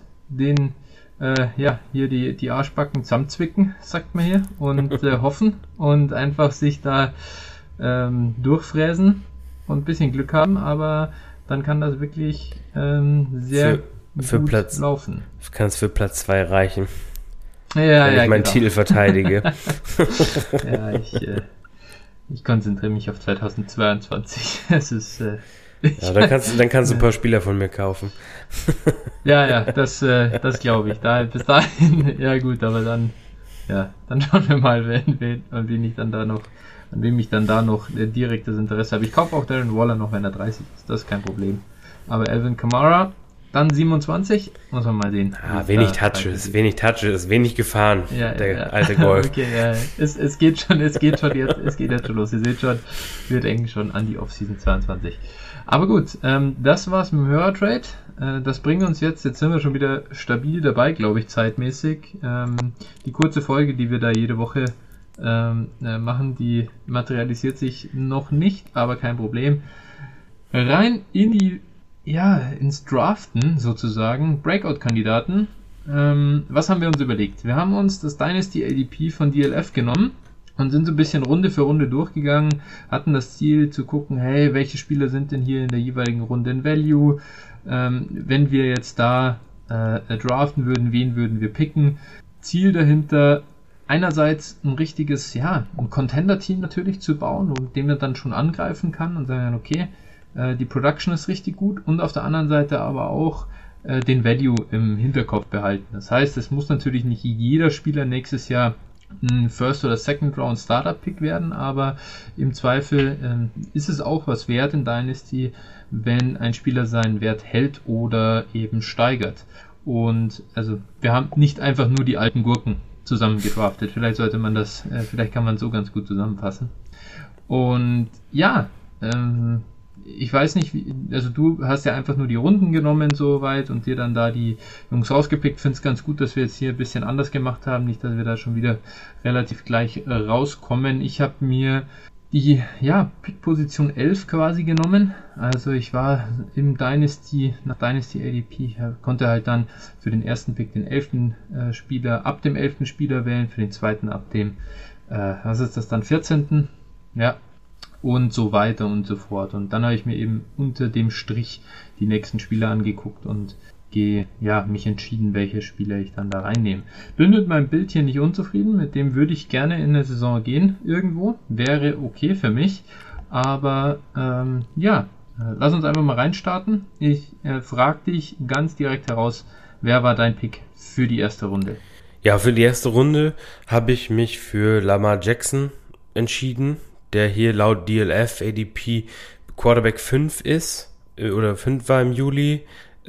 hier die Arschbacken zusammenzwicken, sagt man hier, und hoffen und einfach sich da durchfräsen und ein bisschen Glück haben, aber dann kann das wirklich sehr gut laufen. Kann es für Platz 2 reichen. Ja, wenn ich meinen Titel verteidige. Ja, ich konzentriere mich auf 2022. Es ist dann kannst du ein paar Spieler von mir kaufen. Ja, das glaube ich. Bis dahin, ja gut, aber dann schauen wir mal, an wem ich dann da noch direktes Interesse habe. Ich kaufe auch Darren Waller noch, wenn er 30 ist. Das ist kein Problem. Aber Alvin Kamara, dann 27, muss man mal sehen. Wenig Touches, wenig gefahren, alte Golf. Okay, ja. Es geht jetzt schon los. Ihr seht schon, wird eng schon an die Offseason 22. Aber gut, das war's mit dem Hörertrade. Das bringt uns jetzt sind wir schon wieder stabil dabei, glaube ich, zeitmäßig. Die kurze Folge, die wir da jede Woche machen, die materialisiert sich noch nicht, aber kein Problem. Rein ins Draften sozusagen, Breakout-Kandidaten. Was haben wir uns überlegt? Wir haben uns das Dynasty ADP von DLF genommen und sind so ein bisschen Runde für Runde durchgegangen, hatten das Ziel zu gucken, hey, welche Spieler sind denn hier in der jeweiligen Runde in Value? Wenn wir jetzt da draften würden, wen würden wir picken? Ziel dahinter, einerseits ein richtiges, ein Contender-Team natürlich zu bauen, mit dem man dann schon angreifen kann und sagen, okay, die Production ist richtig gut und auf der anderen Seite aber auch den Value im Hinterkopf behalten. Das heißt, es muss natürlich nicht jeder Spieler nächstes Jahr ein First- oder Second-Round Startup-Pick werden, aber im Zweifel ist es auch was wert in Dynasty, wenn ein Spieler seinen Wert hält oder eben steigert. Und also wir haben nicht einfach nur die alten Gurken zusammen gedraftet. Vielleicht kann man so ganz gut zusammenfassen. Und ich weiß nicht, also du hast ja einfach nur die Runden genommen soweit und dir dann da die Jungs rausgepickt. Finde es ganz gut, dass wir jetzt hier ein bisschen anders gemacht haben, nicht, dass wir da schon wieder relativ gleich rauskommen. Ich habe mir die Pick-Position 11 quasi genommen. Also ich war im nach Dynasty ADP, konnte halt dann für den ersten Pick den 11. Spieler ab dem 11. Spieler wählen, für den zweiten ab dem, 14. Ja. Und so weiter und so fort. Und dann habe ich mir eben unter dem Strich die nächsten Spieler angeguckt und mich entschieden, welche Spieler ich dann da reinnehme. Bin mit meinem Bild hier nicht unzufrieden, mit dem würde ich gerne in der Saison gehen irgendwo. Wäre okay für mich. Aber lass uns einfach mal reinstarten. Ich frage dich ganz direkt heraus, wer war dein Pick für die erste Runde? Ja, für die erste Runde habe ich mich für Lamar Jackson entschieden, der hier laut DLF ADP Quarterback 5 ist, oder 5 war im Juli.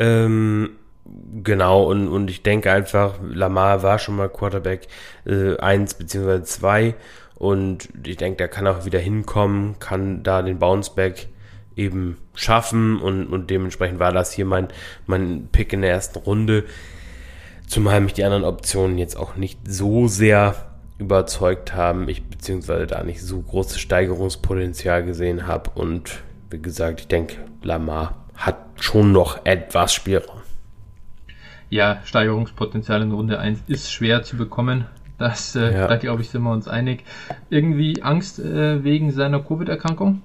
Genau, und ich denke einfach, Lamar war schon mal Quarterback 1 bzw. 2 und ich denke, der kann auch wieder hinkommen, kann da den Bounceback eben schaffen und dementsprechend war das hier mein Pick in der ersten Runde, zumal mich die anderen Optionen jetzt auch nicht so sehr überzeugt haben, ich beziehungsweise da nicht so großes Steigerungspotenzial gesehen habe und wie gesagt, ich denke, Lamar hat schon noch etwas Spielraum. Ja, Steigerungspotenzial in Runde 1 ist schwer zu bekommen, da glaube ich, sind wir uns einig. Irgendwie Angst wegen seiner Covid-Erkrankung?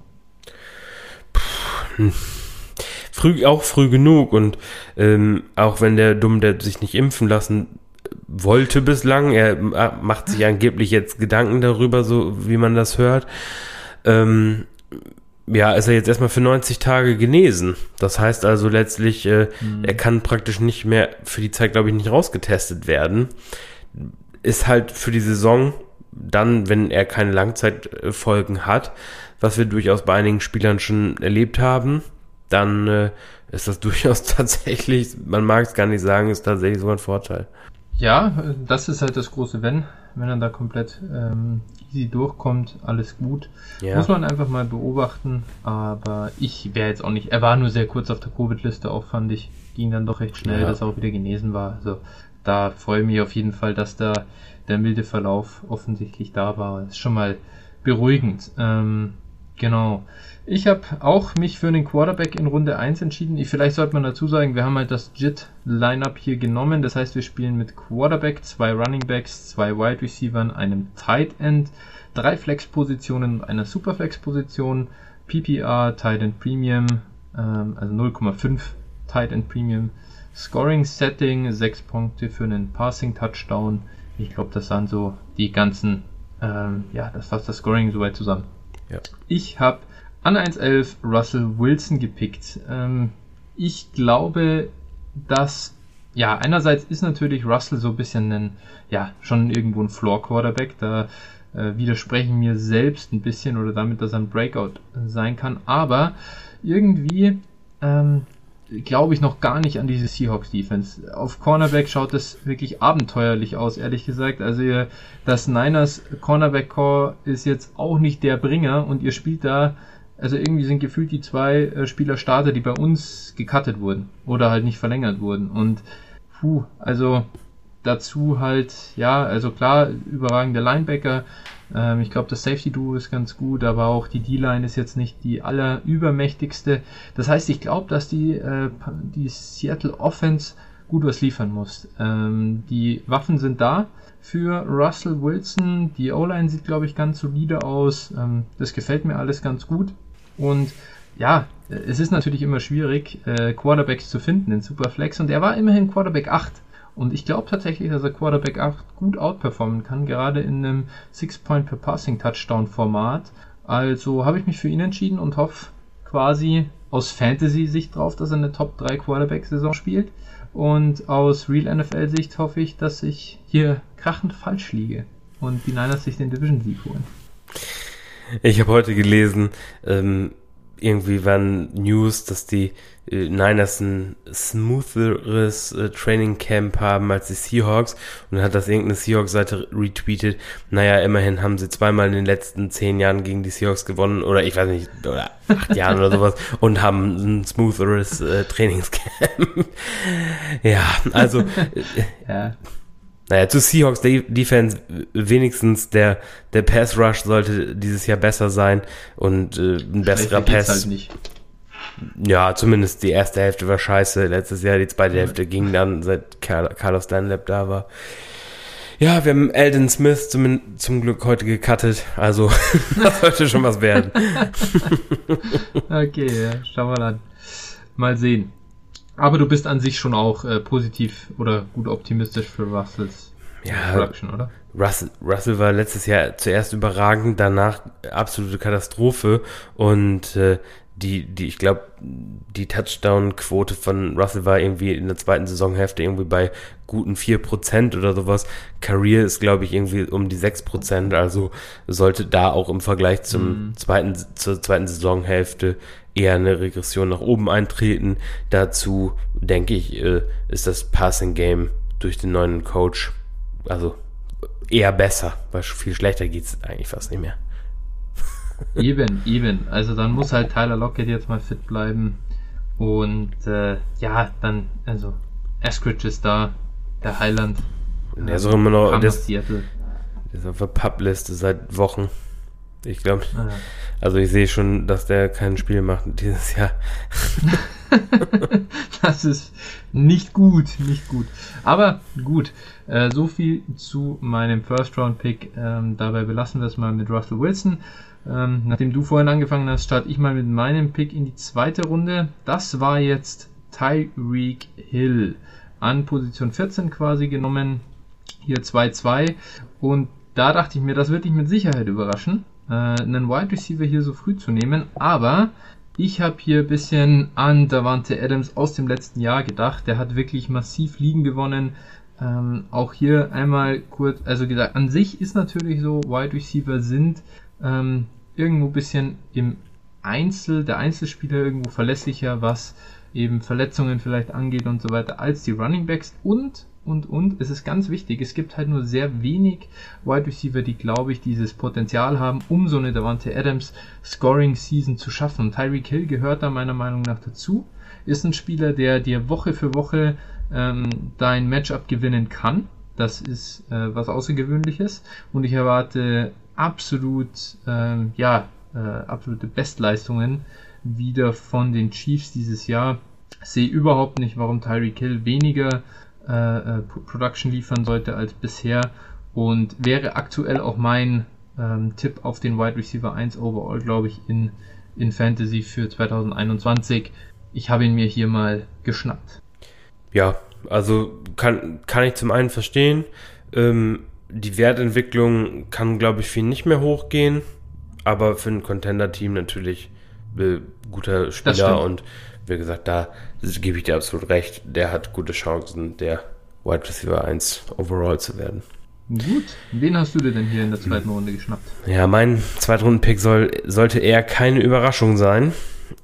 Früh genug und auch wenn der sich nicht impfen lassen wollte bislang, er macht sich angeblich jetzt Gedanken darüber, so wie man das hört, ist er jetzt erstmal für 90 Tage genesen. Das heißt also letztlich, er kann praktisch nicht mehr für die Zeit, glaube ich, nicht rausgetestet werden. Ist halt für die Saison dann, wenn er keine Langzeitfolgen hat, was wir durchaus bei einigen Spielern schon erlebt haben, dann ist das durchaus tatsächlich, man mag es gar nicht sagen, ist tatsächlich sogar ein Vorteil. Ja, das ist halt das große Wenn er da komplett easy durchkommt, alles gut. Ja. Muss man einfach mal beobachten, aber ich wäre jetzt auch nicht, er war nur sehr kurz auf der Covid-Liste auch, fand ich, ging dann doch recht schnell, dass er auch wieder genesen war. Also da freue ich mich auf jeden Fall, dass da der milde Verlauf offensichtlich da war. Das ist schon mal beruhigend. Genau. Ich habe auch mich für einen Quarterback in Runde 1 entschieden. Vielleicht sollte man dazu sagen, wir haben halt das JIT-Lineup hier genommen. Das heißt, wir spielen mit Quarterback, 2 Running Backs, 2 Wide Receivern, einem Tight End, 3 Flex-Positionen und einer Superflex-Position, PPR, Tight End Premium, also 0,5 Tight End Premium, Scoring Setting, 6 Punkte für einen Passing Touchdown. Ich glaube, das waren so die ganzen, das fasst das Scoring soweit zusammen. Ja. Ich habe an 1.11 Russell Wilson gepickt. Ich glaube, dass, einerseits ist natürlich Russell so ein bisschen schon irgendwo ein Floor-Quarterback. Da widersprechen mir selbst ein bisschen oder damit, dass er ein Breakout sein kann. Aber irgendwie glaube ich noch gar nicht an diese Seahawks-Defense. Auf Cornerback schaut es wirklich abenteuerlich aus, ehrlich gesagt. Also das Niners Cornerback-Core ist jetzt auch nicht der Bringer und ihr spielt da, also irgendwie sind gefühlt die 2 Spieler Starter, die bei uns gecuttet wurden oder halt nicht verlängert wurden. Und also dazu halt, also klar, überragende Linebacker. Ich glaube, das Safety-Duo ist ganz gut, aber auch die D-Line ist jetzt nicht die allerübermächtigste. Das heißt, ich glaube, dass die Seattle Offense gut was liefern muss. Die Waffen sind da für Russell Wilson. Die O-Line sieht, glaube ich, ganz solide aus. Das gefällt mir alles ganz gut. Und es ist natürlich immer schwierig, Quarterbacks zu finden in Superflex. Und er war immerhin Quarterback 8. Und ich glaube tatsächlich, dass er Quarterback 8 gut outperformen kann, gerade in einem 6-Point-per-Passing-Touchdown-Format. Also habe ich mich für ihn entschieden und hoffe quasi aus Fantasy-Sicht drauf, dass er eine Top-3 Quarterback-Saison spielt. Und aus Real-NFL-Sicht hoffe ich, dass ich hier krachend falsch liege und die Niners sich den Division-Sieg holen. Ich habe heute gelesen, irgendwie waren News, dass die Niners ein smootheres Training Camp haben als die Seahawks, und dann hat das irgendeine Seahawks-Seite retweetet. Naja, immerhin haben sie 2-mal in den letzten 10 Jahren gegen die Seahawks gewonnen, oder ich weiß nicht, oder 8 Jahren oder sowas, und haben ein smootheres Trainingscamp. Ja, also Naja, zu Seahawks Defense wenigstens der Pass Rush sollte dieses Jahr besser sein und ein besserer Pass. Halt nicht. Ja, zumindest die erste Hälfte war scheiße. Letztes Jahr die zweite Hälfte ging dann, seit Carlos Dunlap da war. Ja, wir haben Aldon Smith zum Glück heute gecuttet, also das sollte schon was werden. Okay, schauen wir dann. Mal sehen. Aber du bist an sich schon auch positiv oder gut optimistisch für Russells Production, oder? Russell war letztes Jahr zuerst überragend, danach absolute Katastrophe, und ich glaube, die Touchdown-Quote von Russell war irgendwie in der zweiten Saisonhälfte irgendwie bei guten 4% oder sowas. Career ist, glaube ich, irgendwie um die 6%, also sollte da auch im Vergleich zur zweiten Saisonhälfte eher eine Regression nach oben eintreten. Dazu, denke ich, ist das Passing Game durch den neuen Coach also eher besser, weil viel schlechter geht's eigentlich fast nicht mehr. Eben. Also dann muss halt Tyler Lockett jetzt mal fit bleiben. Und dann, also Eskridge ist da, der Highland. Der ist auch immer noch, der ist auf der Publiste seit Wochen. Ich glaube, also ich sehe schon, dass der kein Spiel macht dieses Jahr. Das ist nicht gut. Aber gut, so viel zu meinem First-Round-Pick. Dabei belassen wir es mal mit Russell Wilson. Nachdem du vorhin angefangen hast, starte ich mal mit meinem Pick in die zweite Runde. Das war jetzt Tyreek Hill an Position 14 quasi genommen. Hier 2-2. Und da dachte ich mir, das wird dich mit Sicherheit überraschen, einen Wide Receiver hier so früh zu nehmen. Aber ich habe hier ein bisschen an Davante Adams aus dem letzten Jahr gedacht. Der hat wirklich massiv Ligen gewonnen. Auch hier einmal kurz, also gesagt, an sich ist natürlich so, Wide Receiver sind irgendwo ein bisschen im der Einzelspieler irgendwo verlässlicher, was eben Verletzungen vielleicht angeht und so weiter, als die Running Backs. Und es ist ganz wichtig, es gibt halt nur sehr wenig Wide Receiver, die, glaube ich, dieses Potenzial haben, um so eine Davante Adams Scoring Season zu schaffen. Und Tyreek Hill gehört da meiner Meinung nach dazu. Ist ein Spieler, der dir Woche für Woche dein Matchup gewinnen kann. Das ist was Außergewöhnliches. Und ich erwarte absolute Bestleistungen wieder von den Chiefs dieses Jahr. Sehe überhaupt nicht, warum Tyreek Hill weniger Production liefern sollte als bisher und wäre aktuell auch mein Tipp auf den Wide Receiver 1 overall, glaube ich, in Fantasy für 2021. Ich habe ihn mir hier mal geschnappt. Ja, also kann ich zum einen verstehen. Die Wertentwicklung kann, glaube ich, viel nicht mehr hochgehen, aber für ein Contender-Team natürlich guter Spieler und wie gesagt, da gebe ich dir absolut recht, der hat gute Chancen, der Wide Receiver 1 overall zu werden. Gut, wen hast du dir denn hier in der zweiten Runde geschnappt? Ja, mein Zweitrunden-Pick sollte eher keine Überraschung sein.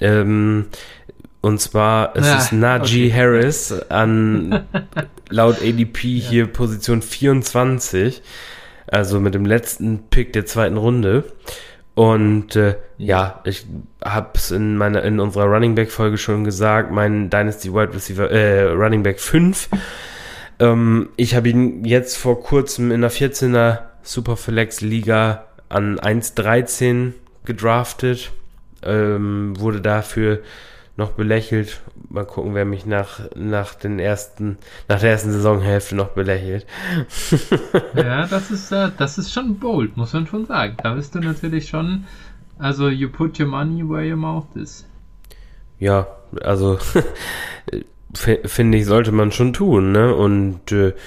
Und zwar, es ist Najee Harris an laut ADP hier Position 24, also mit dem letzten Pick der zweiten Runde. Und ich habe es in unserer Running Back Folge schon gesagt, mein Dynasty Wide Receiver Running Back 5. Ich habe ihn jetzt vor kurzem in der 14er Superflex Liga an 1,13 gedraftet, wurde dafür noch belächelt. Mal gucken, wer mich nach der ersten Saisonhälfte noch belächelt. Ja, das ist schon bold, muss man schon sagen. Da bist du natürlich schon, also you put your money where your mouth is. Ja, also finde ich, sollte man schon tun, ne? Und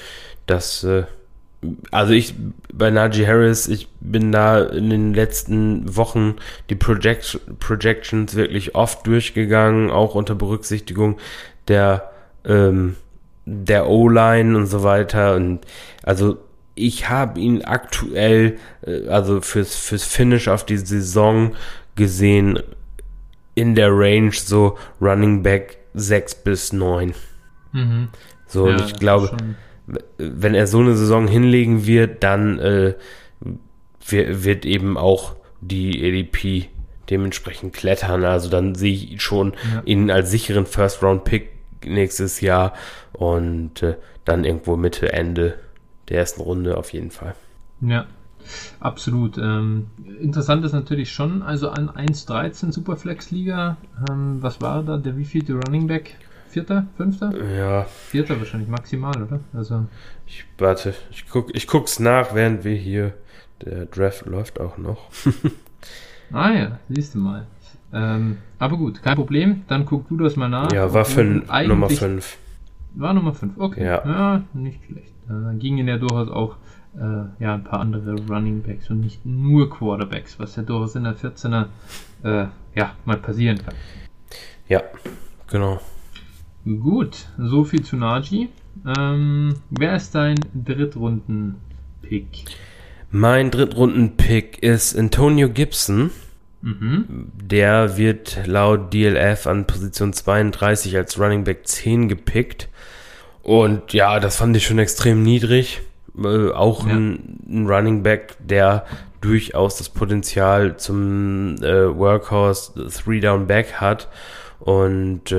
bei Najee Harris, ich bin da in den letzten Wochen die Projections wirklich oft durchgegangen, auch unter Berücksichtigung der O-Line und so weiter. Und also ich habe ihn aktuell, also fürs Finish auf die Saison gesehen, in der Range so Running Back 6 bis 9. Mhm. So, ja, und ich glaube, wenn er so eine Saison hinlegen wird, dann wird eben auch die ADP dementsprechend klettern. Also dann sehe ich schon ihn als sicheren First-Round-Pick nächstes Jahr und dann irgendwo Mitte, Ende der ersten Runde auf jeden Fall. Ja, absolut. Interessant ist natürlich schon, also an 1,13 Superflex-Liga, was war da, der wievielte Running Back? Vierter? Fünfter? Ja. Vierter wahrscheinlich maximal, oder? Also ich guck's nach, während wir hier, der Draft läuft auch noch. Ah ja, siehst du mal. Aber gut, kein Problem, dann guck du das mal nach. Ja, war Nummer 5. War Nummer 5, okay. Ja, nicht schlecht. Dann gingen ja durchaus auch ein paar andere Running Backs und nicht nur Quarterbacks, was ja durchaus in der 14er mal passieren kann. Ja, genau. Gut, so viel zu Najee. Wer ist dein Drittrunden-Pick? Mein Drittrunden-Pick ist Antonio Gibson. Mhm. Der wird laut DLF an Position 32 als Running Back 10 gepickt. Und ja, das fand ich schon extrem niedrig. Auch ein Running Back, der durchaus das Potenzial zum Workhorse 3-Down-Back hat. Und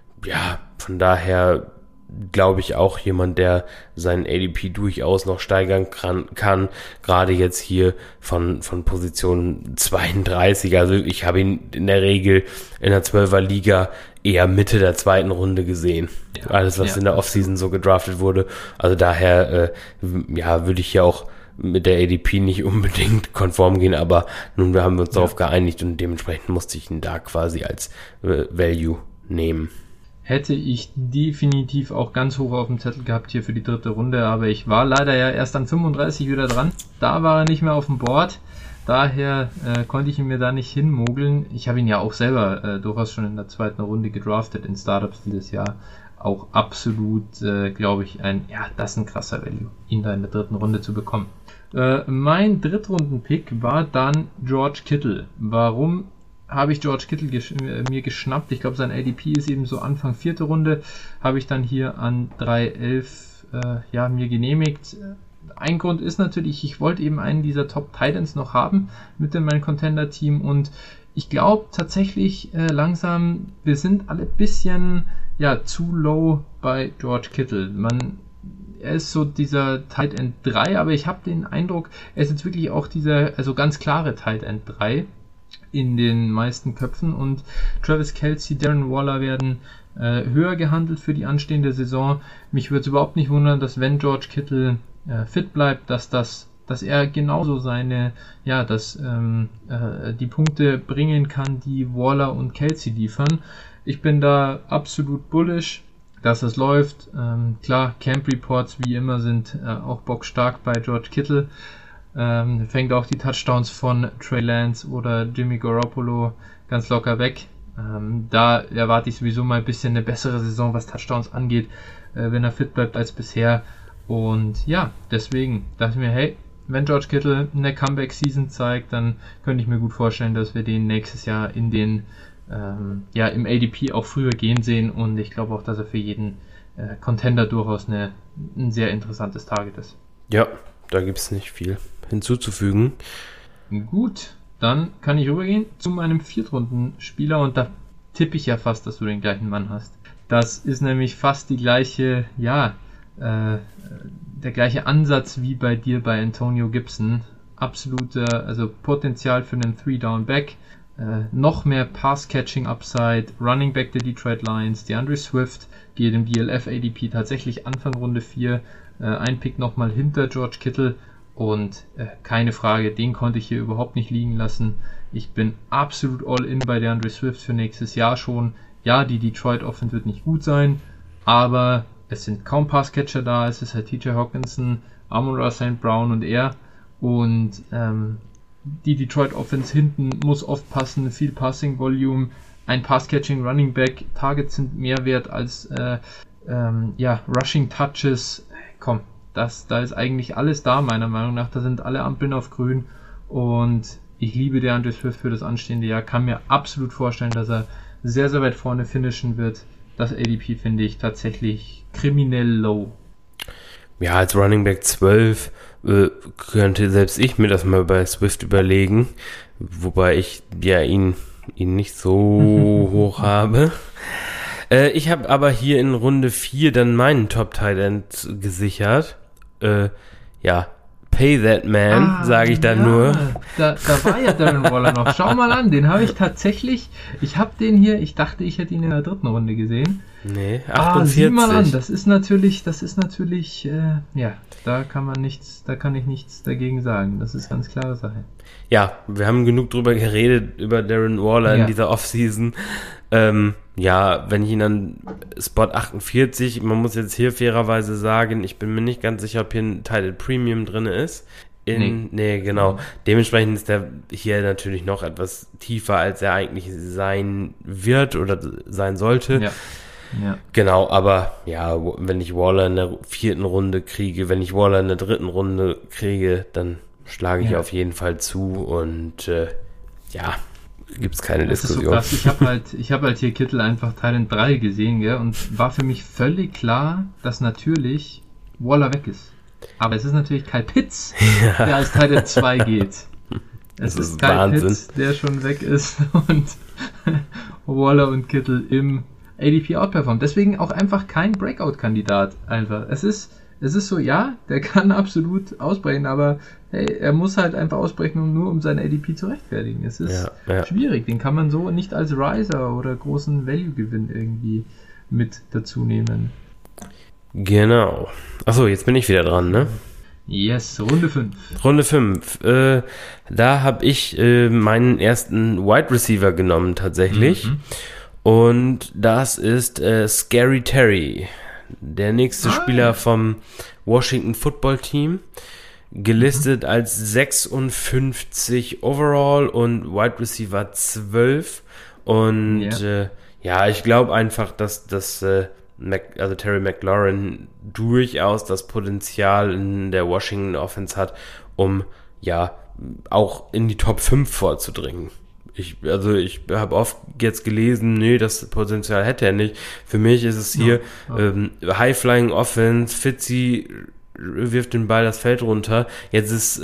von daher glaube ich auch jemand, der seinen ADP durchaus noch steigern kann. Gerade jetzt hier von Position 32. Also ich habe ihn in der Regel in der 12er Liga eher Mitte der zweiten Runde gesehen. Ja, alles, was in der Offseason so gedraftet wurde. Also daher, würde ich ja auch mit der ADP nicht unbedingt konform gehen, aber nun haben wir uns darauf geeinigt und dementsprechend musste ich ihn da quasi als Value nehmen. Hätte ich definitiv auch ganz hoch auf dem Zettel gehabt hier für die dritte Runde, aber ich war leider ja erst an 35 wieder dran. Da war er nicht mehr auf dem Board, daher konnte ich ihn mir da nicht hinmogeln. Ich habe ihn ja auch selber durchaus schon in der zweiten Runde gedraftet in Startups dieses Jahr. Auch absolut, glaube ich, das ist ein krasser Value, ihn da in der dritten Runde zu bekommen. Mein Drittrunden-Pick war dann George Kittle. Warum habe ich George Kittle mir geschnappt. Ich glaube, sein ADP ist eben so Anfang 4. Runde. Habe ich dann hier an 3.11 mir genehmigt. Ein Grund ist natürlich, ich wollte eben einen dieser Top-Titans noch haben mit in meinem Contender-Team und ich glaube tatsächlich langsam, wir sind alle ein bisschen zu low bei George Kittle. Er ist so dieser Tight End 3, aber ich habe den Eindruck, er ist jetzt wirklich auch dieser, also ganz klare Tight End 3 in den meisten Köpfen und Travis Kelce, Darren Waller werden höher gehandelt für die anstehende Saison. Mich würde es überhaupt nicht wundern, dass wenn George Kittle fit bleibt, dass er genauso die Punkte bringen kann, die Waller und Kelce liefern. Ich bin da absolut bullish, dass es läuft. Klar, Camp Reports wie immer sind auch bockstark bei George Kittle. Fängt auch die Touchdowns von Trey Lance oder Jimmy Garoppolo ganz locker weg. Da erwarte ich sowieso mal ein bisschen eine bessere Saison, was Touchdowns angeht, wenn er fit bleibt als bisher. Und ja, deswegen dachte ich mir, hey, wenn George Kittle eine Comeback-Season zeigt, dann könnte ich mir gut vorstellen, dass wir den nächstes Jahr in den im ADP auch früher gehen sehen und ich glaube auch, dass er für jeden Contender durchaus ein sehr interessantes Target ist. Ja, da gibt es nicht viel hinzuzufügen. Gut, dann kann ich rübergehen zu meinem Viertrunden-Spieler und da tippe ich ja fast, dass du den gleichen Mann hast. Das ist nämlich fast die gleiche, der gleiche Ansatz wie bei dir bei Antonio Gibson. Absoluter, also Potenzial für einen 3-Down-Back. Noch mehr Pass-Catching-Upside, Running Back der Detroit Lions, DeAndre Swift geht im DLF-ADP tatsächlich Anfang Runde 4, ein Pick nochmal hinter George Kittle und keine Frage, den konnte ich hier überhaupt nicht liegen lassen. Ich bin absolut all in bei DeAndre Swift für nächstes Jahr schon. Ja, die Detroit Offense wird nicht gut sein, aber es sind kaum Pass-Catcher da, es ist halt TJ Hawkinson, Amon-Ra St. Brown und er und die Detroit Offense hinten muss oft passen, viel Passing Volume, ein Pass-Catching Running Back, Targets sind mehr wert als Rushing Touches. Komm, da ist eigentlich alles da, meiner Meinung nach, da sind alle Ampeln auf grün und ich liebe DeAndre Swift für das anstehende Jahr, kann mir absolut vorstellen, dass er sehr, sehr weit vorne finishen wird. Das ADP finde ich tatsächlich kriminell low. Ja, als Running Back 12 könnte selbst ich mir das mal bei Swift überlegen, wobei ich ihn nicht so hoch habe. Ich habe aber hier in Runde 4 dann meinen Top-Tight-End gesichert. Pay that man, sage ich dann nur. Da war ja Darren Waller noch. Schau mal an, den habe ich tatsächlich, ich habe den hier, ich dachte, ich hätte ihn in der 3. Runde gesehen. Nee, 48. Sieh mal an, das ist natürlich, da kann ich nichts dagegen sagen. Das ist ganz klare Sache. Ja, wir haben genug drüber geredet, über Darren Waller in dieser Offseason. Wenn ich ihn an Spot 48, man muss jetzt hier fairerweise sagen, ich bin mir nicht ganz sicher, ob hier ein Title Premium drin ist. Nee, genau. Dementsprechend ist der hier natürlich noch etwas tiefer, als er eigentlich sein wird oder sein sollte. Ja. Genau, aber wenn ich Waller in der 4. Runde kriege, wenn ich Waller in der 3. Runde kriege, dann schlage ich auf jeden Fall zu und gibt's keine Diskussion. Das ist so krass. Ich hab halt hier Kittle einfach Teil 3 gesehen, gell, und war für mich völlig klar, dass natürlich Waller weg ist. Aber es ist natürlich Kyle Pitts, der als Teil 2 geht. Es ist Kyle Wahnsinn. Pitts, der schon weg ist und Waller und Kittle im ADP outperformt. Deswegen auch einfach kein Breakout-Kandidat einfach. Es ist so, der kann absolut ausbrechen, aber hey, er muss halt einfach ausbrechen, um sein ADP zu rechtfertigen. Es ist schwierig, den kann man so nicht als Riser oder großen Value-Gewinn irgendwie mit dazu nehmen. Genau. Achso, jetzt bin ich wieder dran, ne? Yes, Runde 5. Runde 5. Da habe ich meinen ersten Wide Receiver genommen tatsächlich. Und das ist Scary Terry. Der nächste Spieler vom Washington Football Team, gelistet als 56 overall und Wide Receiver 12. Und ich glaube einfach, dass Terry McLaurin durchaus das Potenzial in der Washington Offense hat, um auch in die Top 5 vorzudringen. Ich habe oft jetzt gelesen, nee, das Potenzial hätte er nicht. Für mich ist es hier High-Flying Offense, Fitzy wirft den Ball das Feld runter. Jetzt ist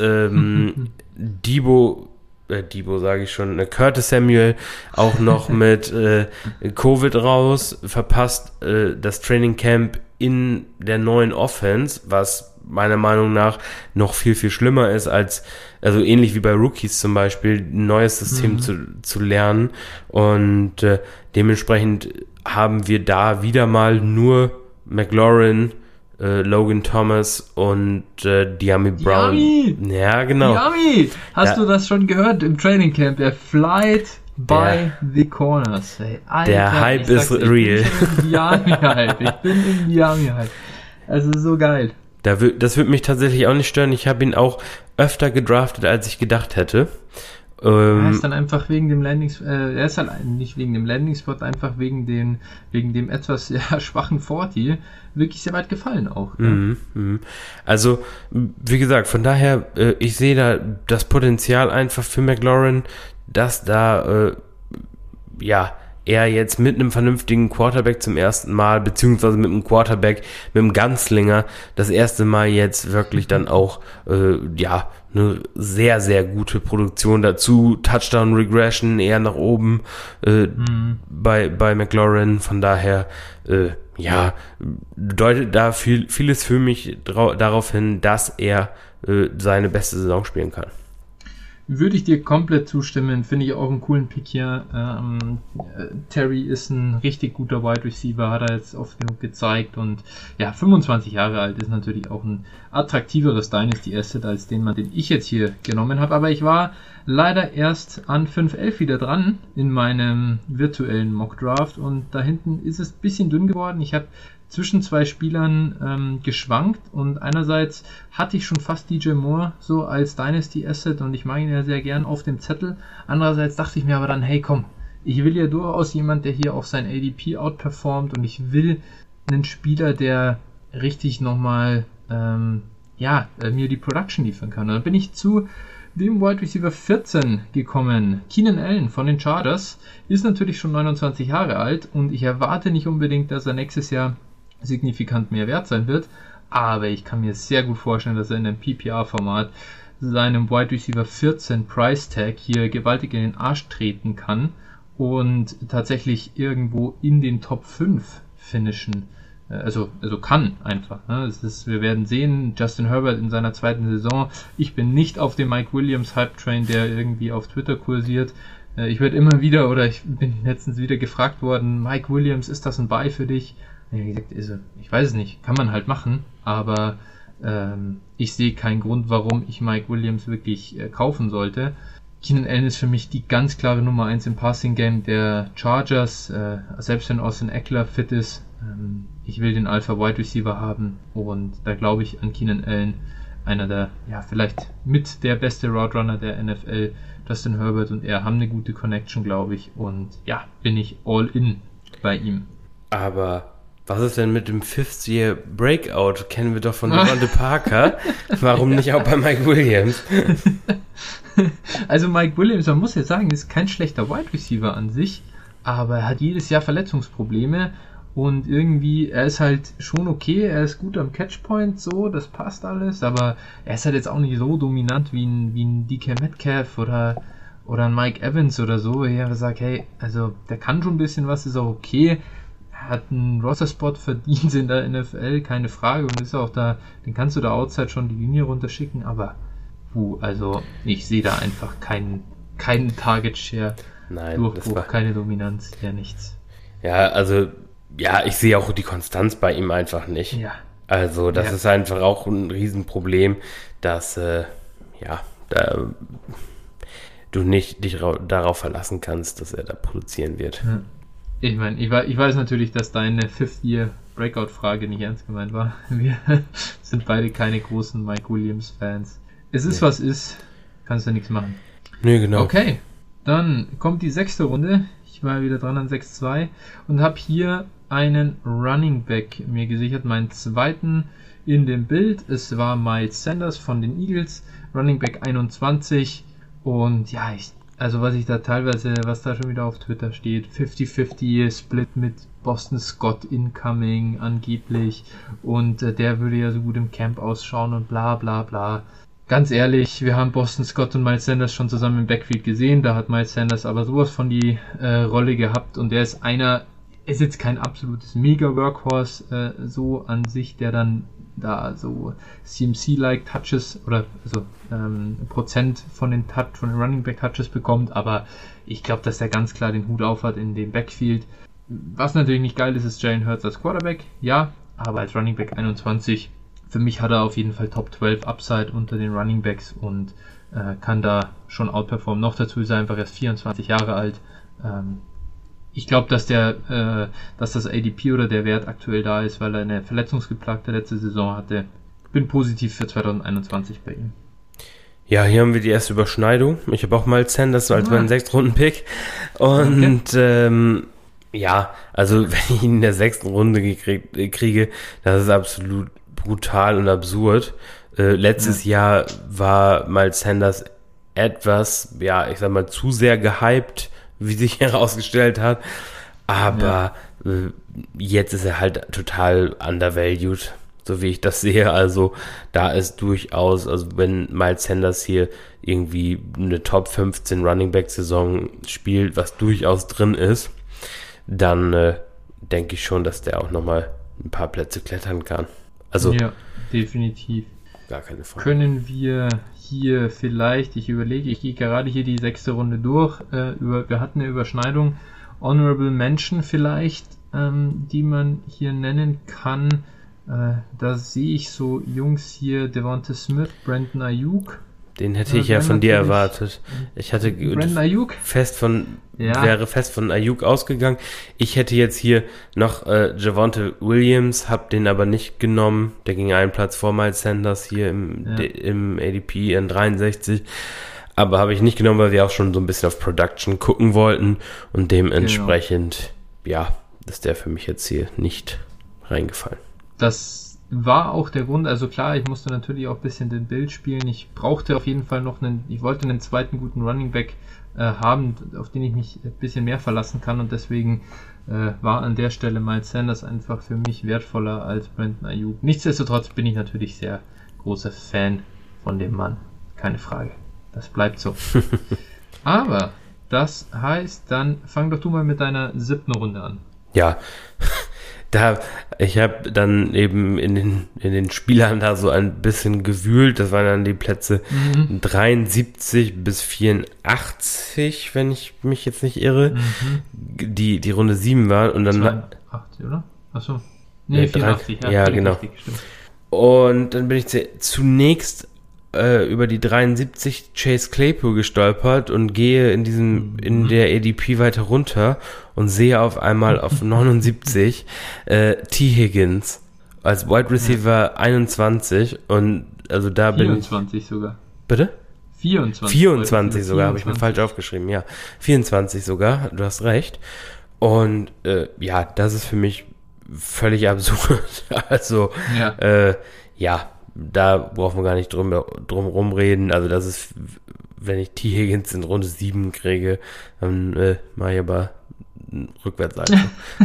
Debo sage ich schon, Curtis Samuel auch noch mit Covid raus, verpasst das Training Camp in der neuen Offense, was meiner Meinung nach noch viel, viel schlimmer ist also ähnlich wie bei Rookies zum Beispiel, ein neues System zu lernen, und dementsprechend haben wir da wieder mal nur McLaurin, Logan Thomas und Dyami Brown. Ja, genau. Dyami! Hast du das schon gehört im Training Camp? Er flight by the corners. Hey, Alter, der Hype ist real. Ich bin im Dyami-Hype. Also so geil. Das wird mich tatsächlich auch nicht stören. Ich habe ihn auch öfter gedraftet, als ich gedacht hätte. Er ist dann einfach wegen dem er ist halt nicht wegen dem Landing-Spot, einfach wegen dem etwas schwachen 40 wirklich sehr weit gefallen auch. Also, wie gesagt, von daher, ich sehe da das Potenzial einfach für McLaurin, dass da, er jetzt mit einem vernünftigen Quarterback zum ersten Mal, beziehungsweise mit einem Quarterback, mit einem Ganzlinger, das erste Mal jetzt wirklich dann auch, eine sehr, sehr gute Produktion dazu. Touchdown Regression eher nach oben bei McLaurin. Von daher, deutet da vieles für mich darauf hin, dass er seine beste Saison spielen kann. Würde ich dir komplett zustimmen, finde ich auch einen coolen Pick hier. Terry ist ein richtig guter Wide Receiver, hat er jetzt oft genug gezeigt, und 25 Jahre alt ist natürlich auch ein attraktiveres Dynasty Asset als den ich jetzt hier genommen habe, aber ich war leider erst an 5-11 wieder dran in meinem virtuellen Mock Draft, und da hinten ist es ein bisschen dünn geworden. Ich habe zwischen zwei Spielern geschwankt, und einerseits hatte ich schon fast DJ Moore so als Dynasty Asset, und ich mag ihn ja sehr gern auf dem Zettel. Andererseits dachte ich mir aber dann, hey komm, ich will ja durchaus jemand, der hier auch sein ADP outperformt, und ich will einen Spieler, der richtig nochmal mir die Production liefern kann. Und dann bin ich zu dem Wide Receiver 14 gekommen. Keenan Allen von den Chargers ist natürlich schon 29 Jahre alt, und ich erwarte nicht unbedingt, dass er nächstes Jahr signifikant mehr wert sein wird, aber ich kann mir sehr gut vorstellen, dass er in einem PPR-Format seinem Wide Receiver 14 Price Tag hier gewaltig in den Arsch treten kann und tatsächlich irgendwo in den Top 5 finishen. Also kann einfach. Ne? Wir werden sehen, Justin Herbert in seiner zweiten Saison. Ich bin nicht auf dem Mike Williams Hype Train, der irgendwie auf Twitter kursiert. Ich werde immer wieder, oder ich bin letztens wieder gefragt worden, Mike Williams, ist das ein Buy für dich? Ich habe gesagt, ich weiß es nicht, kann man halt machen, aber ich sehe keinen Grund, warum ich Mike Williams wirklich kaufen sollte. Keenan Allen ist für mich die ganz klare Nummer 1 im Passing Game der Chargers, selbst wenn Austin Eckler fit ist. Ich will den Alpha Wide Receiver haben, und da glaube ich an Keenan Allen, einer der, vielleicht mit der beste Route Runner der NFL. Justin Herbert und er haben eine gute Connection, glaube ich, und bin ich all in bei ihm. Aber was ist denn mit dem Fifth Year Breakout? Kennen wir doch von Devontae Parker. Warum nicht auch bei Mike Williams? Also Mike Williams, man muss jetzt sagen, ist kein schlechter Wide Receiver an sich, aber er hat jedes Jahr Verletzungsprobleme, und irgendwie, er ist halt schon okay, er ist gut am Catchpoint, so, das passt alles, aber er ist halt jetzt auch nicht so dominant wie ein DK Metcalf oder ein Mike Evans oder so, wo ich sage, hey, also der kann schon ein bisschen was, ist auch okay. Er hat einen Roster-Spot verdient in der NFL, keine Frage, und ist auch da, den kannst du da outside schon die Linie runterschicken, aber also ich sehe da einfach keinen Target-Share, Durchbruch, keine Dominanz, nichts. Ja, also, ich sehe auch die Konstanz bei ihm einfach nicht. Ja. Also, das ist einfach auch ein Riesenproblem, dass, du nicht dich darauf verlassen kannst, dass er da produzieren wird. Ja. Ich meine, ich weiß natürlich, dass deine Fifth-Year-Breakout-Frage nicht ernst gemeint war. Wir sind beide keine großen Mike Williams-Fans. Es ist, was ist. Kannst du nichts machen. Nee, genau. Okay, dann kommt die 6. Runde. Ich war wieder dran an 6-2 und habe hier einen Running Back mir gesichert. Meinen zweiten in dem Bild. Es war Miles Sanders von den Eagles. Running Back 21. Und ich also was da schon wieder auf Twitter steht, 50-50 Split mit Boston Scott incoming angeblich und der würde ja so gut im Camp ausschauen und bla bla bla. Ganz ehrlich, wir haben Boston Scott und Miles Sanders schon zusammen im Backfield gesehen, da hat Miles Sanders aber sowas von die Rolle gehabt und der ist jetzt kein absolutes Mega-Workhorse so an sich, der dann da so CMC-like Touches oder also Prozent von den Running Back Touches bekommt, aber ich glaube, dass der ganz klar den Hut auf hat in dem Backfield. Was natürlich nicht geil ist Jalen Hurts als Quarterback, ja, aber als Running Back 21, für mich hat er auf jeden Fall Top 12 Upside unter den Running Backs und kann da schon outperformen. Noch dazu ist er einfach erst 24 Jahre alt. Ich glaube, dass das ADP oder der Wert aktuell da ist, weil er eine verletzungsgeplagte letzte Saison hatte. Bin positiv für 2021 bei ihm. Ja, hier haben wir die erste Überschneidung. Ich habe auch Miles Sanders als meinen 6-Runden-Pick. Und ja, also wenn ich ihn in der 6. Runde kriege, das ist absolut brutal und absurd. Letztes Jahr war Miles Sanders etwas, ja, ich sag mal, zu sehr gehypt, wie sich herausgestellt hat. Aber jetzt ist er halt total undervalued, so wie ich das sehe. Also da ist durchaus, also wenn Miles Sanders hier irgendwie eine Top 15 Running Back Saison spielt, was durchaus drin ist, dann denke ich schon, dass der auch nochmal ein paar Plätze klettern kann. Also ja, definitiv. Gar keine Frage. Können wir hier vielleicht, ich gehe gerade hier die 6. Runde durch, wir hatten eine Überschneidung, Honorable Mention vielleicht, die man hier nennen kann, da sehe ich so Jungs hier, Devonta Smith, Brandon Ayuk. Den hätte ich ja von dir erwartet. Ich hatte Brandon Ayuk? Wäre fest von Ayuk ausgegangen. Ich hätte jetzt hier noch Javonte Williams, hab den aber nicht genommen. Der ging einen Platz vor Miles Sanders hier im ADP in 63. Aber habe ich nicht genommen, weil wir auch schon so ein bisschen auf Production gucken wollten. Und dementsprechend, ist der für mich jetzt hier nicht reingefallen. Das war auch der Grund, also klar, ich musste natürlich auch ein bisschen den Bild spielen. Ich brauchte auf jeden Fall ich wollte einen zweiten guten Running Back haben, auf den ich mich ein bisschen mehr verlassen kann und deswegen war an der Stelle Miles Sanders einfach für mich wertvoller als Brandon Ayuk. Nichtsdestotrotz bin ich natürlich sehr großer Fan von dem Mann. Keine Frage. Das bleibt so. Aber das heißt, dann fang doch du mal mit deiner 7. Runde an. Ja, ich habe dann eben in den Spielern da so ein bisschen gewühlt. Das waren dann die Plätze 73 bis 84, wenn ich mich jetzt nicht irre, die Runde 7 waren. Und dann 82, oder? Achso. Nee, 84. Ja, genau. Richtig, und dann bin ich zunächst über die 73 Chase Claypool gestolpert und gehe in der ADP weiter runter und sehe auf einmal auf 79 T. Higgins als Wide Receiver 21 und also da 24 sogar. Bitte? 24 sogar, habe ich mir falsch aufgeschrieben, ja. 24 sogar, du hast recht. Und das ist für mich völlig absurd. Also, da brauchen wir gar nicht drum rumreden. Also das ist, wenn ich T. Higgins in Runde 7 kriege, dann mache ich aber Rückwärtsseite.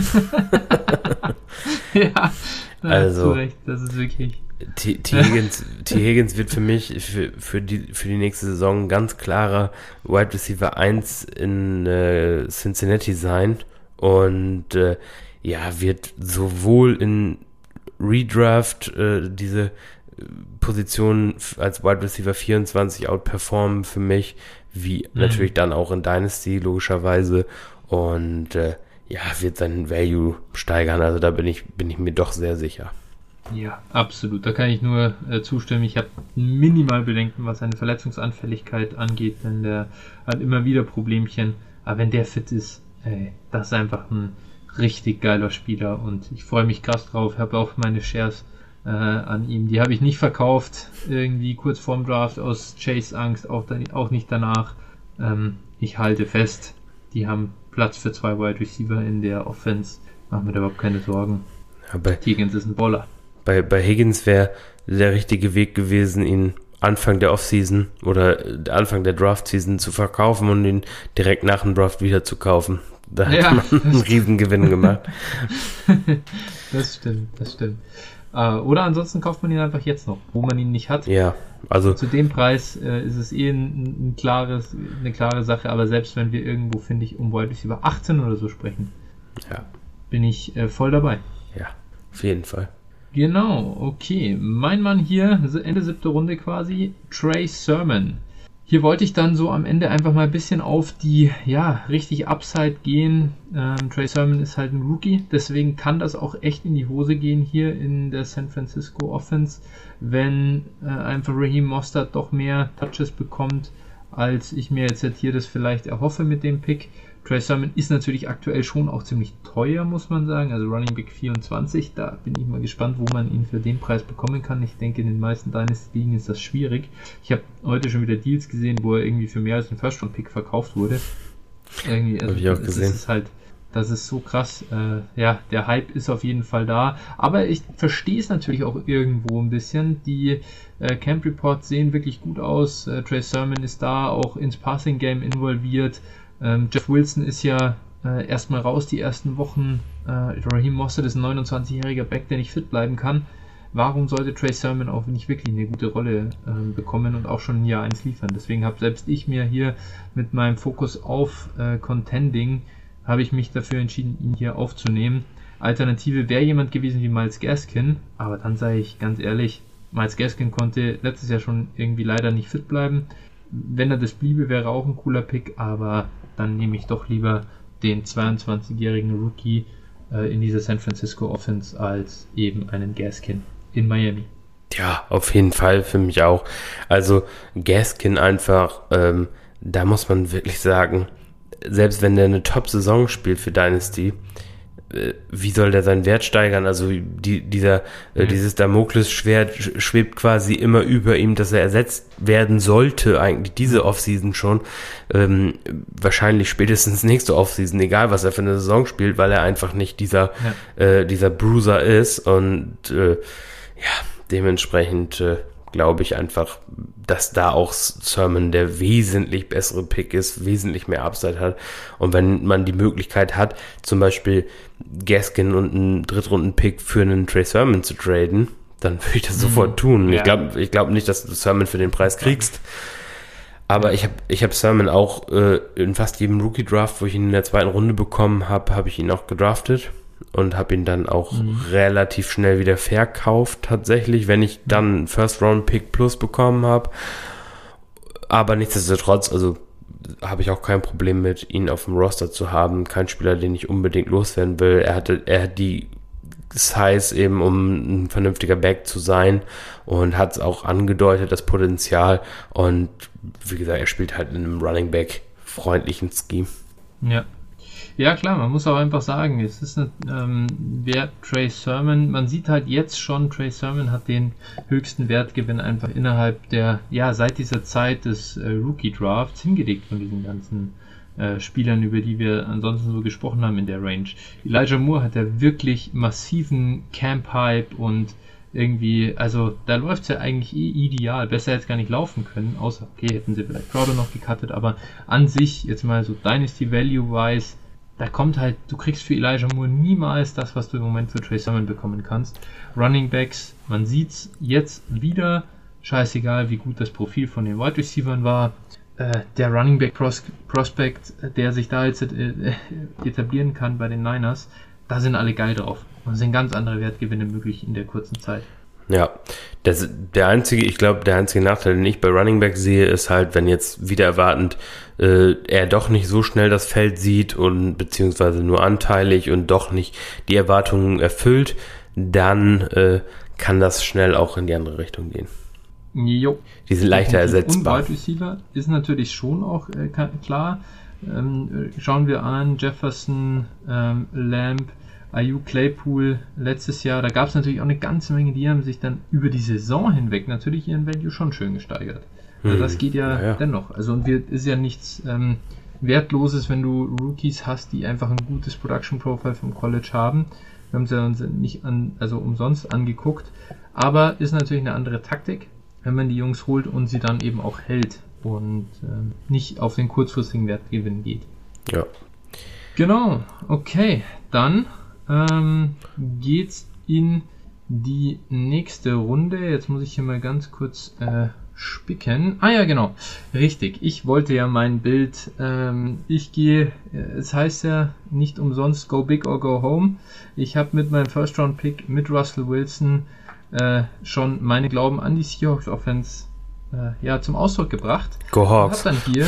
Ja, also, hast du recht, das ist wirklich... T. Higgins wird für mich für die nächste Saison ein ganz klarer Wide Receiver 1 in Cincinnati sein und wird sowohl in Redraft diese Position als Wide Receiver 24 outperformen für mich, wie natürlich dann auch in Dynasty logischerweise und wird seinen Value steigern, also da bin ich mir doch sehr sicher. Ja, absolut, da kann ich nur zustimmen. Ich habe minimal Bedenken, was seine Verletzungsanfälligkeit angeht, denn der hat immer wieder Problemchen, aber wenn der fit ist, das ist einfach ein richtig geiler Spieler und ich freue mich krass drauf, habe auch meine Shares an ihm. Die habe ich nicht verkauft, irgendwie kurz vorm Draft aus Chase-Angst, auch nicht danach. Ich halte fest, die haben Platz für 2 Wide Receiver in der Offense. Machen wir da überhaupt keine Sorgen. Ja, Higgins ist ein Baller. Bei Higgins wäre der richtige Weg gewesen, ihn Anfang der Offseason oder Anfang der Draft-Season zu verkaufen und ihn direkt nach dem Draft wieder zu kaufen. Da hat man einen Riesengewinn gemacht. Das stimmt. Oder ansonsten kauft man ihn einfach jetzt noch, wo man ihn nicht hat. Ja, also zu dem Preis ist es eine klare Sache, aber selbst wenn wir irgendwo, finde ich, um Wide Receiver 18 oder so sprechen, bin ich voll dabei. Ja, auf jeden Fall. Genau, okay. Mein Mann hier, Ende 7. Runde quasi, Trey Sermon. Hier wollte ich dann so am Ende einfach mal ein bisschen auf die, richtig Upside gehen. Trey Sermon ist halt ein Rookie, deswegen kann das auch echt in die Hose gehen hier in der San Francisco Offense, wenn einfach Raheem Mostert doch mehr Touches bekommt, als ich mir jetzt hier das vielleicht erhoffe mit dem Pick. Trey Sermon ist natürlich aktuell schon auch ziemlich teuer, muss man sagen. Also Running Back 24, da bin ich mal gespannt, wo man ihn für den Preis bekommen kann. Ich denke, in den meisten Dynasty-Ligen ist das schwierig. Ich habe heute schon wieder Deals gesehen, wo er irgendwie für mehr als einen First-Round-Pick verkauft wurde. Irgendwie, also habe ich auch gesehen. Das ist so krass. Der Hype ist auf jeden Fall da. Aber ich verstehe es natürlich auch irgendwo ein bisschen. Die Camp Reports sehen wirklich gut aus. Trey Sermon ist da auch ins Passing-Game involviert. Jeff Wilson ist ja erstmal raus die ersten Wochen. Raheem Mostert ist ein 29-jähriger Back, der nicht fit bleiben kann. Warum sollte Trey Sermon auch nicht wirklich eine gute Rolle bekommen und auch schon ein Jahr 1 liefern? Deswegen habe selbst ich mir hier mit meinem Fokus auf Contending, habe ich mich dafür entschieden, ihn hier aufzunehmen. Alternative wäre jemand gewesen wie Myles Gaskin, aber dann sage ich ganz ehrlich, Myles Gaskin konnte letztes Jahr schon irgendwie leider nicht fit bleiben. Wenn er das bliebe, wäre auch ein cooler Pick, aber dann nehme ich doch lieber den 22-jährigen Rookie in dieser San Francisco Offense als eben einen Gaskin in Miami. Ja, auf jeden Fall für mich auch. Also Gaskin einfach, da muss man wirklich sagen, selbst wenn der eine Top-Saison spielt für Dynasty, wie soll der seinen Wert steigern? Also dieses Damoklesschwert schwebt quasi immer über ihm, dass er ersetzt werden sollte, eigentlich diese Offseason schon. Wahrscheinlich spätestens nächste Offseason, egal was er für eine Saison spielt, weil er einfach nicht dieser Bruiser ist. Und dementsprechend glaube ich einfach, dass da auch Sermon der wesentlich bessere Pick ist, wesentlich mehr Upside hat. Und wenn man die Möglichkeit hat, zum Beispiel Gaskin und einen Drittrunden-Pick für einen Trey Sermon zu traden, dann würde ich das sofort tun. Ja. Ich glaube nicht, dass du Sermon für den Preis kriegst. Aber ich hab Sermon auch in fast jedem Rookie-Draft, wo ich ihn in der 2. Runde bekommen habe ich ihn auch gedraftet. Und habe ihn dann auch relativ schnell wieder verkauft, tatsächlich, wenn ich dann einen First-Round-Pick plus bekommen habe. Aber nichtsdestotrotz, also habe ich auch kein Problem mit, ihn auf dem Roster zu haben. Kein Spieler, den ich unbedingt loswerden will. Er hat die Size eben, um ein vernünftiger Back zu sein und hat es auch angedeutet, das Potenzial. Und wie gesagt, er spielt halt in einem Running Back-freundlichen Scheme. Ja, klar, man muss auch einfach sagen, es ist Wert Trey Sermon. Man sieht halt jetzt schon, Trey Sermon hat den höchsten Wertgewinn einfach innerhalb seit dieser Zeit des Rookie-Drafts hingelegt von diesen ganzen Spielern, über die wir ansonsten so gesprochen haben in der Range. Elijah Moore hat ja wirklich massiven Camp-Hype und irgendwie, also da läuft es ja eigentlich ideal. Besser hätte es gar nicht laufen können, außer, okay, hätten sie vielleicht Crowder noch gecuttet, aber an sich, jetzt mal so Dynasty Value-wise, da kommt halt, du kriegst für Elijah Moore niemals das, was du im Moment für Trey Sermon bekommen kannst. Running Backs, man sieht's jetzt wieder, scheißegal, wie gut das Profil von den Wide Receivern war. Der Running Back Prospect, der sich da jetzt etablieren kann bei den Niners, da sind alle geil drauf. Und es sind ganz andere Wertgewinne möglich in der kurzen Zeit. Ja, der einzige Nachteil, den ich bei Running Back sehe, ist halt, wenn jetzt wieder erwartend er doch nicht so schnell das Feld sieht und beziehungsweise nur anteilig und doch nicht die Erwartungen erfüllt, dann kann das schnell auch in die andere Richtung gehen. Jo. Die sind leichter ersetzbar. Und Wide Receiver ist natürlich schon auch klar. Schauen wir an, Jefferson, Lamb, Ayuk, Claypool letztes Jahr, da gab es natürlich auch eine ganze Menge, die haben sich dann über die Saison hinweg natürlich ihren Value schon schön gesteigert. Also das geht ja dennoch. Also und ist ja nichts Wertloses, wenn du Rookies hast, die einfach ein gutes Production Profile vom College haben. Wir haben es ja uns nicht umsonst angeguckt. Aber ist natürlich eine andere Taktik. wenn man die Jungs holt und sie dann eben auch hält und nicht auf den kurzfristigen Wertgewinn geht. Ja. Genau, okay, dann geht's in die nächste Runde. Jetzt muss ich hier mal ganz kurz spicken. Ah ja, genau, richtig. Ich wollte ja mein Bild, ich gehe, es heißt ja nicht umsonst Go Big or Go Home. Ich habe mit meinem First-Round-Pick mit Russell Wilson schon meine Glauben an die Seahawks Offense zum Ausdruck gebracht. Go Hawks. Ich habe dann hier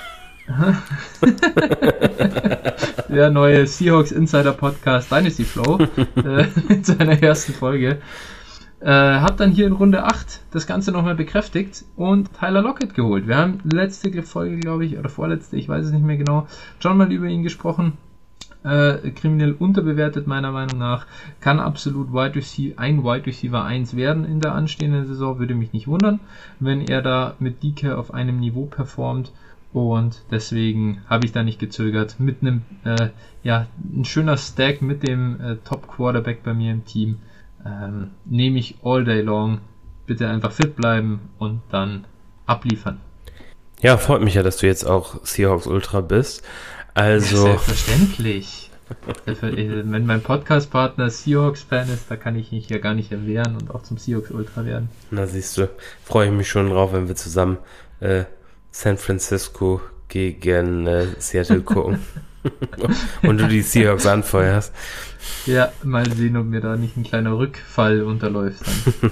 der neue Seahawks Insider Podcast Dynasty Flow in seiner ersten Folge. Hab dann hier in Runde 8 das Ganze nochmal bekräftigt und Tyler Lockett geholt. Wir haben letzte Folge, glaube ich, oder vorletzte, ich weiß es nicht mehr genau, schon mal über ihn gesprochen. Kriminell unterbewertet meiner Meinung nach, kann absolut Wide Receiver 1 werden in der anstehenden Saison, würde mich nicht wundern, wenn er da mit DK auf einem Niveau performt. Und deswegen habe ich da nicht gezögert. Mit einem, ein schöner Stack mit dem Top-Quarterback bei mir im Team nehme ich all day long. Bitte einfach fit bleiben und dann abliefern. Ja, freut mich ja, dass du jetzt auch Seahawks Ultra bist. Also ja, selbstverständlich. Wenn mein Podcast-Partner Seahawks-Fan ist, da kann ich mich ja gar nicht erwehren und auch zum Seahawks Ultra werden. Na siehst du, freue ich mich schon drauf, wenn wir zusammen San Francisco gegen Seattle gucken und du die Seahawks anfeuerst. Ja, mal sehen, ob mir da nicht ein kleiner Rückfall unterläuft dann.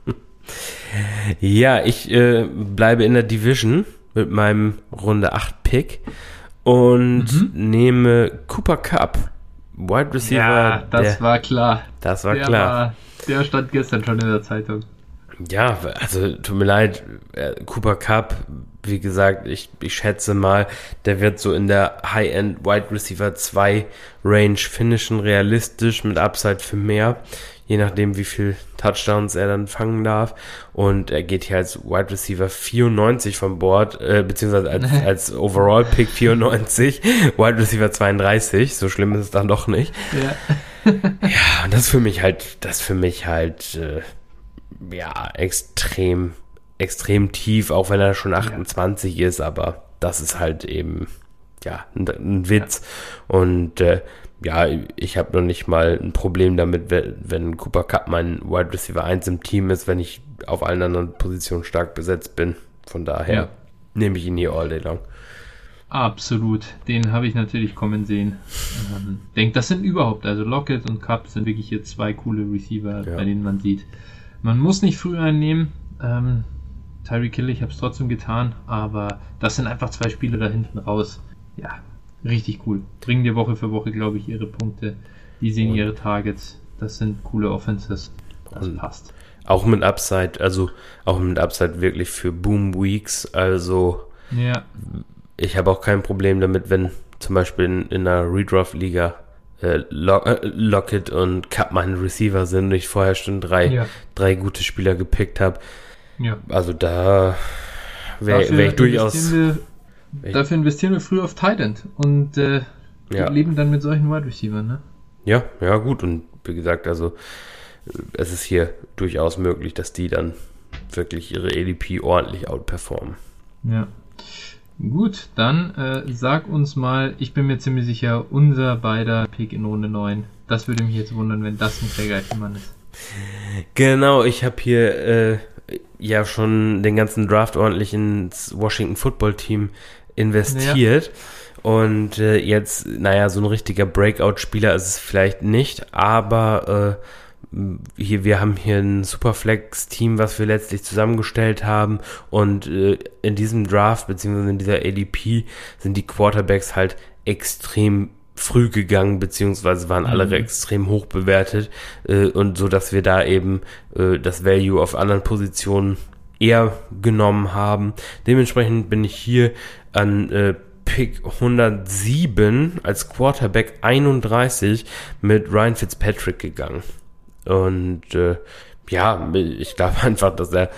Ja, ich bleibe in der Division mit meinem Runde 8 Pick und nehme Cooper Kupp, Wide Receiver. Ja, das war klar. Das war klar. Der stand gestern schon in der Zeitung. Ja, also tut mir leid, Cooper Kupp, wie gesagt, ich schätze mal, der wird so in der High-End Wide Receiver 2 Range finishen, realistisch mit Upside für mehr, je nachdem wie viel Touchdowns er dann fangen darf, und er geht hier als Wide Receiver 94 von Bord, beziehungsweise als Overall Pick 94, Wide Receiver 32, so schlimm ist es dann doch nicht. Ja, und das für mich halt extrem tief, auch wenn er schon 28 ist, aber das ist halt eben, ein Witz. Ja. Und ich habe noch nicht mal ein Problem damit, wenn Cooper Kupp mein Wide Receiver 1 im Team ist, wenn ich auf allen anderen Positionen stark besetzt bin. Von daher nehme ich ihn hier all day long. Absolut, den habe ich natürlich kommen sehen. Denke, das sind also Lockett und Kupp sind wirklich hier zwei coole Receiver, bei denen man sieht, man muss nicht früh einnehmen. Tyreek Hill, ich habe es trotzdem getan, aber das sind einfach zwei Spiele da hinten raus. Ja, richtig cool. Bringen dir Woche für Woche, glaube ich, ihre Punkte. Die sehen ihre Targets. Das sind coole Offenses. Das passt. Auch mit Upside wirklich für Boom Weeks. Also ich habe auch kein Problem damit, wenn zum Beispiel in einer Redraft-Liga Lockett und Kupp meine Receiver sind und ich vorher schon drei gute Spieler gepickt habe. Ja. Also da wäre ich durchaus... Dafür investieren wir früh auf Tight End und leben dann mit solchen Wide Receivers, ne? Ja, gut. Und wie gesagt, also es ist hier durchaus möglich, dass die dann wirklich ihre ADP ordentlich outperformen. Ja. Gut, dann sag uns mal, ich bin mir ziemlich sicher, unser beider Pick in Runde 9. Das würde mich jetzt wundern, wenn das nicht der gleiche Mann ist. Genau, ich habe hier schon den ganzen Draft ordentlich ins Washington Football Team investiert. Ja. Und jetzt, so ein richtiger Breakout-Spieler ist es vielleicht nicht, aber wir haben hier ein Superflex-Team, was wir letztlich zusammengestellt haben, und in diesem Draft, beziehungsweise in dieser ADP, sind die Quarterbacks halt extrem früh gegangen, beziehungsweise waren alle extrem hoch bewertet, und so, dass wir da eben das Value auf anderen Positionen eher genommen haben. Dementsprechend bin ich hier an Pick 107 als Quarterback 31 mit Ryan Fitzpatrick gegangen. Und ich glaube einfach, dass er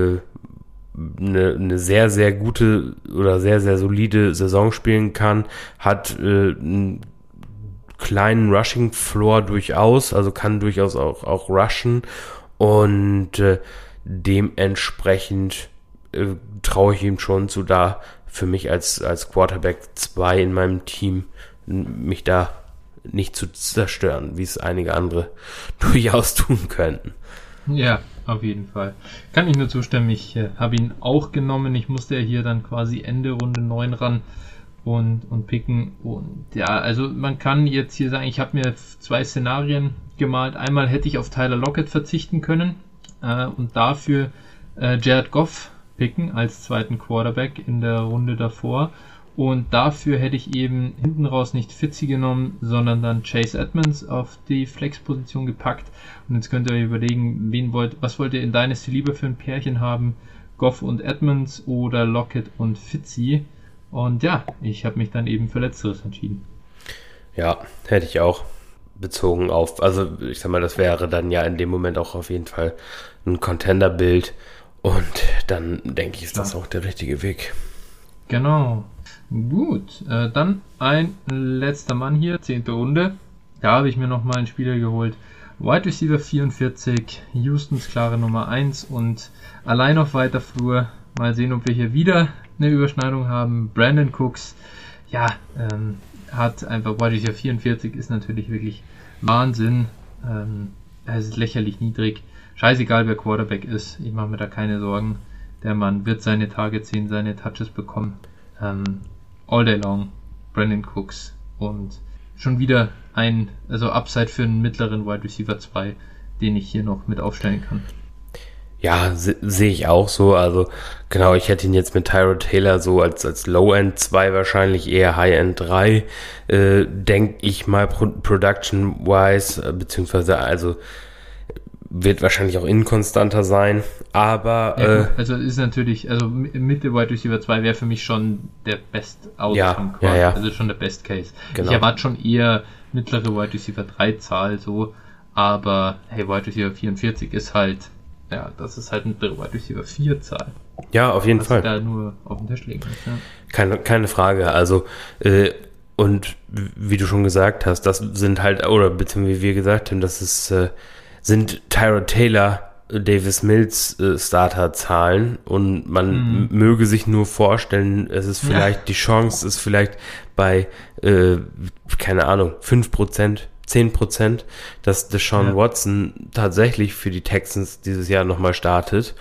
eine sehr, sehr gute oder sehr, sehr solide Saison spielen kann, hat einen kleinen Rushing-Floor durchaus, also kann durchaus auch rushen, und dementsprechend traue ich ihm schon zu, da für mich als Quarterback 2 in meinem Team mich da nicht zu zerstören, wie es einige andere durchaus tun könnten. Ja, auf jeden Fall. Kann ich nur zustimmen. Ich habe ihn auch genommen. Ich musste ja hier dann quasi Ende Runde 9 ran und picken. Und ja, also man kann jetzt hier sagen, ich habe mir 2 Szenarien gemalt. Einmal hätte ich auf Tyler Lockett verzichten können und dafür Jared Goff picken als zweiten Quarterback in der Runde davor. Und dafür hätte ich eben hinten raus nicht Fitzy genommen, sondern dann Chase Edmonds auf die Flex-Position gepackt. Und jetzt könnt ihr euch überlegen, was wollt ihr in Dynasty lieber für ein Pärchen haben? Goff und Edmonds oder Lockett und Fitzy? Und ja, ich habe mich dann eben für Letzteres entschieden. Ja, hätte ich auch bezogen auf, also ich sag mal, das wäre dann ja in dem Moment auch auf jeden Fall ein Contender-Bild. Und dann denke ich, ist das auch der richtige Weg. Genau. Gut, dann ein letzter Mann hier, 10. Runde. Da habe ich mir nochmal einen Spieler geholt. Wide Receiver 44, Houstons klare Nummer 1 und allein auf weiter Flur. Mal sehen, ob wir hier wieder eine Überschneidung haben. Brandon Cooks, ja, hat einfach, Wide Receiver 44 ist natürlich wirklich Wahnsinn. Es ist lächerlich niedrig. Scheißegal, wer Quarterback ist. Ich mache mir da keine Sorgen. Der Mann wird seine Targets sehen, seine Touches bekommen. All day long, Brandon Cooks. Und schon wieder Upside für einen mittleren Wide Receiver 2, den ich hier noch mit aufstellen kann. Ja, sehe ich auch so. Also genau, ich hätte ihn jetzt mit Tyrod Taylor so als Low-End 2 wahrscheinlich, eher High-End 3, denke ich mal Production-wise, beziehungsweise also wird wahrscheinlich auch inkonstanter sein, aber ja, also ist natürlich, also Mitte Wide Receiver 2 wäre für mich schon der Best Outcome, also schon der Best Case. Genau. Ich erwarte schon eher mittlere Wide Receiver 3 Zahl so, aber hey, Wide Receiver 44 ist halt, ja, das ist halt mittlere Wide Receiver 4 Zahl. Ja, auf jeden Fall. Da nur auf den Tisch legen muss, ja. Keine Frage, also und wie du schon gesagt hast, das sind halt, oder beziehungsweise wie wir gesagt haben, das ist sind Tyrod Taylor, Davis Mills Starter-Zahlen und man möge sich nur vorstellen, es ist vielleicht, die Chance ist vielleicht bei, keine Ahnung, 5%, 10%, dass Deshaun Watson tatsächlich für die Texans dieses Jahr nochmal startet.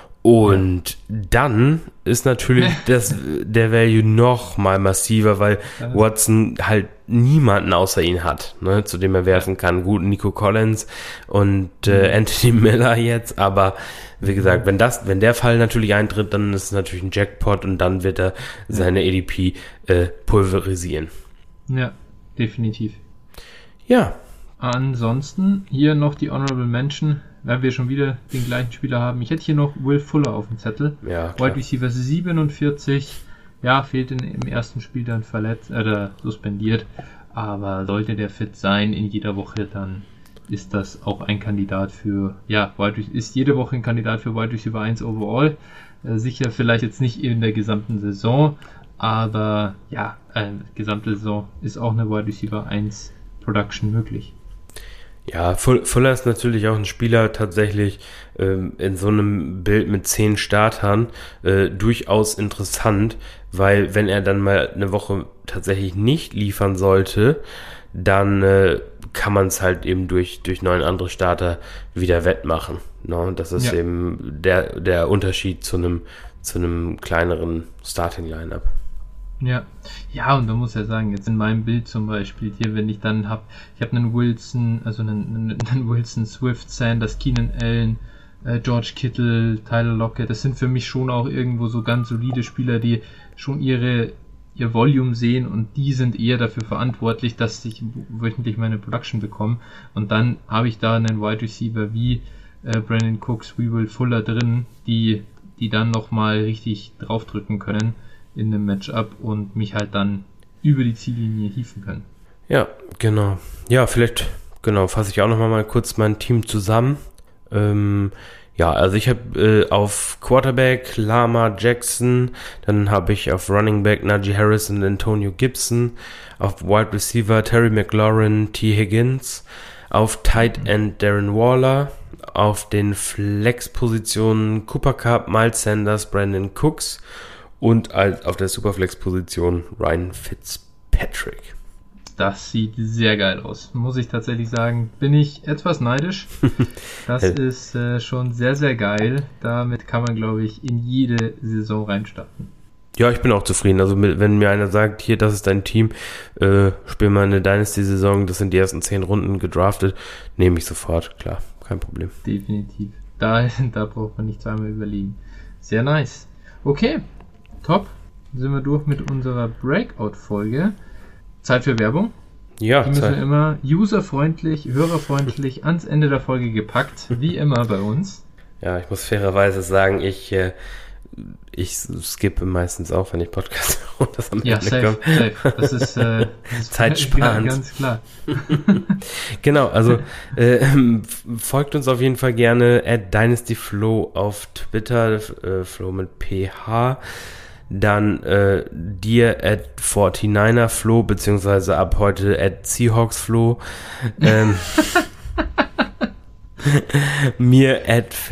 Und dann ist natürlich der Value noch mal massiver, weil Watson halt niemanden außer ihn hat, ne, zu dem er werfen kann. Gut, Nico Collins und Anthony Miller jetzt, aber wie gesagt, wenn der Fall natürlich eintritt, dann ist es natürlich ein Jackpot und dann wird er seine ADP pulverisieren. Ja, definitiv. Ja. Ansonsten hier noch die Honorable Mention, weil wir schon wieder den gleichen Spieler haben. Ich hätte hier noch Will Fuller auf dem Zettel. Ja, Wide Receiver 47. Ja, fehlt im ersten Spiel dann verletzt oder suspendiert. Aber sollte der fit sein in jeder Woche, dann ist das auch ein Kandidat für, ist jede Woche ein Kandidat für Wide Receiver 1 overall. Sicher vielleicht jetzt nicht in der gesamten Saison, aber gesamte Saison ist auch eine Wide Receiver 1 Production möglich. Ja, Fuller ist natürlich auch ein Spieler tatsächlich in so einem Bild mit 10 Startern durchaus interessant, weil wenn er dann mal eine Woche tatsächlich nicht liefern sollte, dann kann man es halt eben durch 9 andere Starter wieder wettmachen. No? Das ist eben der Unterschied zu einem kleineren Starting-Lineup. Ja, und da muss ja sagen, jetzt in meinem Bild zum Beispiel hier, wenn ich dann ich habe einen Wilson, also einen Wilson, Swift, Sanders, Keenan Allen, George Kittle, Tyler Lockett, das sind für mich schon auch irgendwo so ganz solide Spieler, die schon ihr Volume sehen und die sind eher dafür verantwortlich, dass ich wöchentlich meine Production bekomme. Und dann habe ich da einen Wide Receiver wie Brandon Cooks, wie Will Fuller drin, die dann nochmal richtig draufdrücken können in einem Matchup und mich halt dann über die Ziellinie hieven können. Ja, genau. Ja, vielleicht, fasse ich auch nochmal mal kurz mein Team zusammen. Also ich habe auf Quarterback Lamar Jackson, dann habe ich auf Running Back Najee Harris und Antonio Gibson, auf Wide Receiver Terry McLaurin, T. Higgins, auf Tight End Darren Waller, auf den Flex-Positionen Cooper Kupp, Miles Sanders, Brandon Cooks und auf der Superflex-Position Ryan Fitzpatrick. Das sieht sehr geil aus, muss ich tatsächlich sagen. Bin ich etwas neidisch. Das ist schon sehr, sehr geil. Damit kann man, glaube ich, in jede Saison reinstarten. Ja, ich bin auch zufrieden. Also wenn mir einer sagt, hier, das ist dein Team, spiel mal eine Dynasty-Saison, das sind die ersten 10 Runden gedraftet, nehme ich sofort, klar, kein Problem. Definitiv. Da braucht man nicht zweimal überlegen. Sehr nice. Okay, top. Sind wir durch mit unserer Breakout-Folge. Zeit für Werbung. Ja, die müssen wir immer userfreundlich, hörerfreundlich ans Ende der Folge gepackt, wie immer bei uns. Ja, ich muss fairerweise sagen, ich skippe meistens auch, wenn ich Podcast höre und das am Ende safe. Das ist zeitsparend. Ganz klar. Genau, also folgt uns auf jeden Fall gerne @dynastyflo auf Twitter, Flo mit PH. Dann dir @49erflo, beziehungsweise ab heute @Seahawksflo. Mir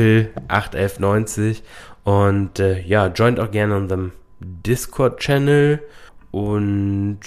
@Phil81190. Und joint auch gerne unserem Discord-Channel. Und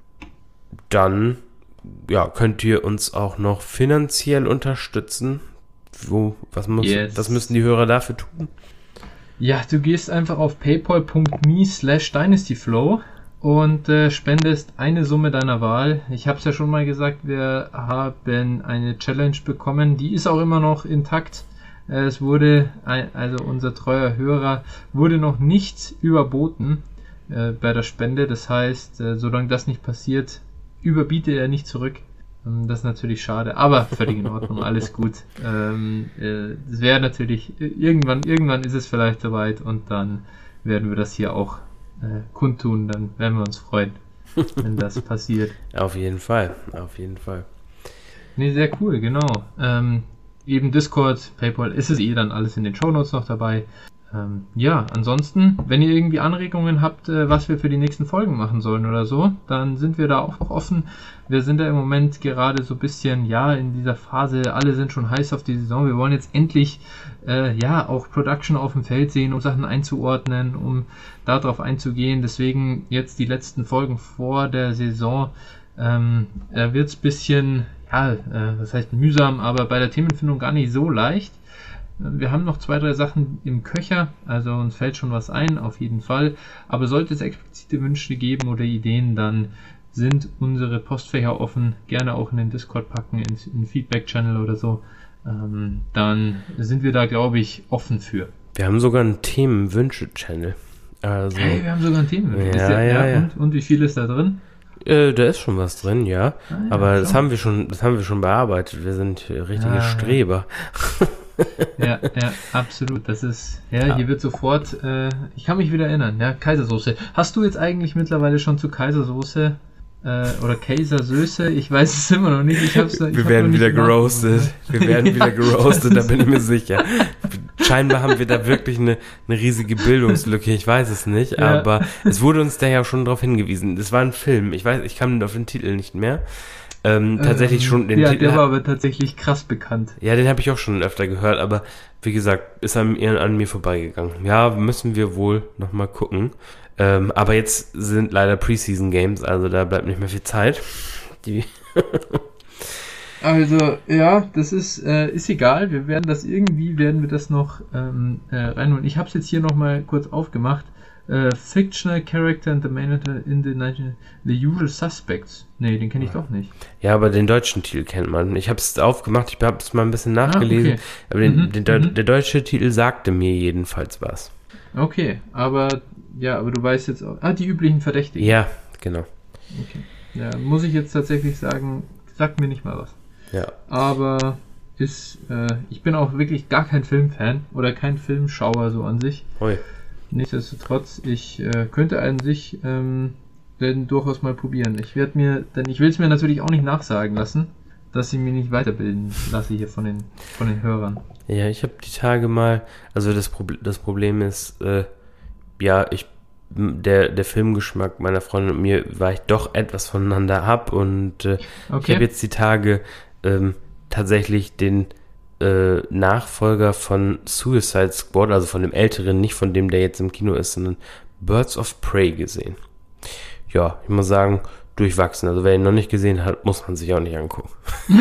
dann könnt ihr uns auch noch finanziell unterstützen. Was müssen die Hörer dafür tun? Ja, du gehst einfach auf paypal.me/dynastyflow und spendest eine Summe deiner Wahl. Ich habe es ja schon mal gesagt, wir haben eine Challenge bekommen, die ist auch immer noch intakt. Es wurde, also unser treuer Hörer, wurde noch nicht überboten bei der Spende. Das heißt, solange das nicht passiert, überbiete er nicht zurück. Das ist natürlich schade, aber völlig in Ordnung, alles gut. Es wäre natürlich, irgendwann ist es vielleicht soweit und dann werden wir das hier auch kundtun, dann werden wir uns freuen, wenn das passiert. Auf jeden Fall. Nee, sehr cool, genau. Eben Discord, PayPal, ist es dann alles in den Shownotes noch dabei. Ansonsten, wenn ihr irgendwie Anregungen habt, was wir für die nächsten Folgen machen sollen oder so, dann sind wir da auch noch offen. Wir sind da im Moment gerade so ein bisschen, in dieser Phase, alle sind schon heiß auf die Saison. Wir wollen jetzt endlich, auch Production auf dem Feld sehen, um Sachen einzuordnen, um darauf einzugehen. Deswegen jetzt die letzten Folgen vor der Saison, wird's ein bisschen, das heißt mühsam, aber bei der Themenfindung gar nicht so leicht. Wir haben noch 2, 3 Sachen im Köcher, also uns fällt schon was ein, auf jeden Fall. Aber sollte es explizite Wünsche geben oder Ideen, dann sind unsere Postfächer offen. Gerne auch in den Discord packen, in Feedback-Channel oder so. Dann sind wir da, glaube ich, offen für. Wir haben sogar einen Themenwünsche-Channel. Also, hey, wir haben sogar einen Themenwünsche. Ja. Und wie viel ist da drin? Da ist schon was drin, ja. Aber das haben wir schon bearbeitet. Wir sind richtige Streber. Ja, absolut. Das ist, hier wird sofort, ich kann mich wieder erinnern, Kaisersoße. Hast du jetzt eigentlich mittlerweile schon zu Kaisersoße oder Kaisersöße? Ich weiß es immer noch nicht. Wir werden wieder geroastet. Da bin ich mir sicher. Scheinbar haben wir da wirklich eine riesige Bildungslücke. Ich weiß es nicht, aber es wurde uns da ja schon darauf hingewiesen. Das war ein Film. Ich komme auf den Titel nicht mehr. Tatsächlich schon den Titel. Der war aber tatsächlich krass bekannt. Ja, den habe ich auch schon öfter gehört, aber wie gesagt, ist an mir vorbeigegangen. Ja, müssen wir wohl nochmal gucken. Aber jetzt sind leider Preseason Games, also da bleibt nicht mehr viel Zeit. Also, das ist egal. Wir werden das noch reinholen. Ich habe es jetzt hier nochmal kurz aufgemacht. Fictional Character and the Manager in the Usual Suspects. Nee, den kenne ich doch nicht. Ja, aber den deutschen Titel kennt man. Ich habe es aufgemacht, ich habe es mal ein bisschen nachgelesen. Okay. Aber der deutsche Titel sagte mir jedenfalls was. Okay, aber du weißt jetzt auch. Die üblichen Verdächtigen. Ja, genau. Okay. Ja, muss ich jetzt tatsächlich sagen, sagt mir nicht mal was. Ja. Aber ich bin auch wirklich gar kein Filmfan oder kein Filmschauer so an sich. Ui. Nichtsdestotrotz, ich könnte an sich werden durchaus mal probieren. Ich will es mir natürlich auch nicht nachsagen lassen, dass ich mich nicht weiterbilden lasse hier von den Hörern. Ja, ich habe die Tage mal, also das Problem ist, der Filmgeschmack meiner Freundin und mir weicht doch etwas voneinander ab und ich habe jetzt die Tage tatsächlich den Nachfolger von Suicide Squad, also von dem älteren, nicht von dem, der jetzt im Kino ist, sondern Birds of Prey gesehen. Ja, ich muss sagen, durchwachsen. Also wer ihn noch nicht gesehen hat, muss man sich auch nicht angucken.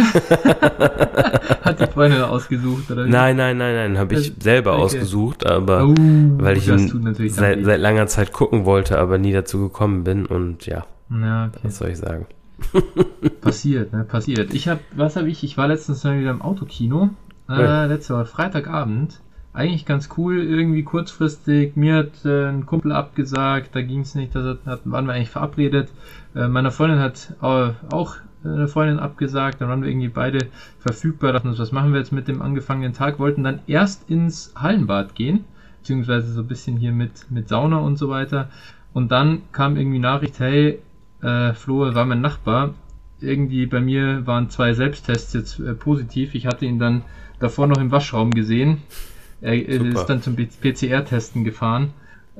Hat die Freundin ausgesucht, oder wie? Nein, habe ich selber ausgesucht, aber weil ich ihn seit langer Zeit gucken wollte, aber nie dazu gekommen bin und ja, okay. Was soll ich sagen? Passiert. Ich war letztens mal wieder im Autokino, letzte Woche Freitagabend. Eigentlich ganz cool, irgendwie kurzfristig. Mir hat ein Kumpel abgesagt, da ging es nicht, waren wir eigentlich verabredet. Meiner Freundin hat auch eine Freundin abgesagt, dann waren wir irgendwie beide verfügbar, dachten uns, was machen wir jetzt mit dem angefangenen Tag, wollten dann erst ins Hallenbad gehen, beziehungsweise so ein bisschen hier mit Sauna und so weiter. Und dann kam irgendwie Nachricht, hey, Flo war mein Nachbar, irgendwie bei mir waren 2 Selbsttests jetzt positiv. Ich hatte ihn dann davor noch im Waschraum gesehen. Er ist dann zum PCR-Testen gefahren.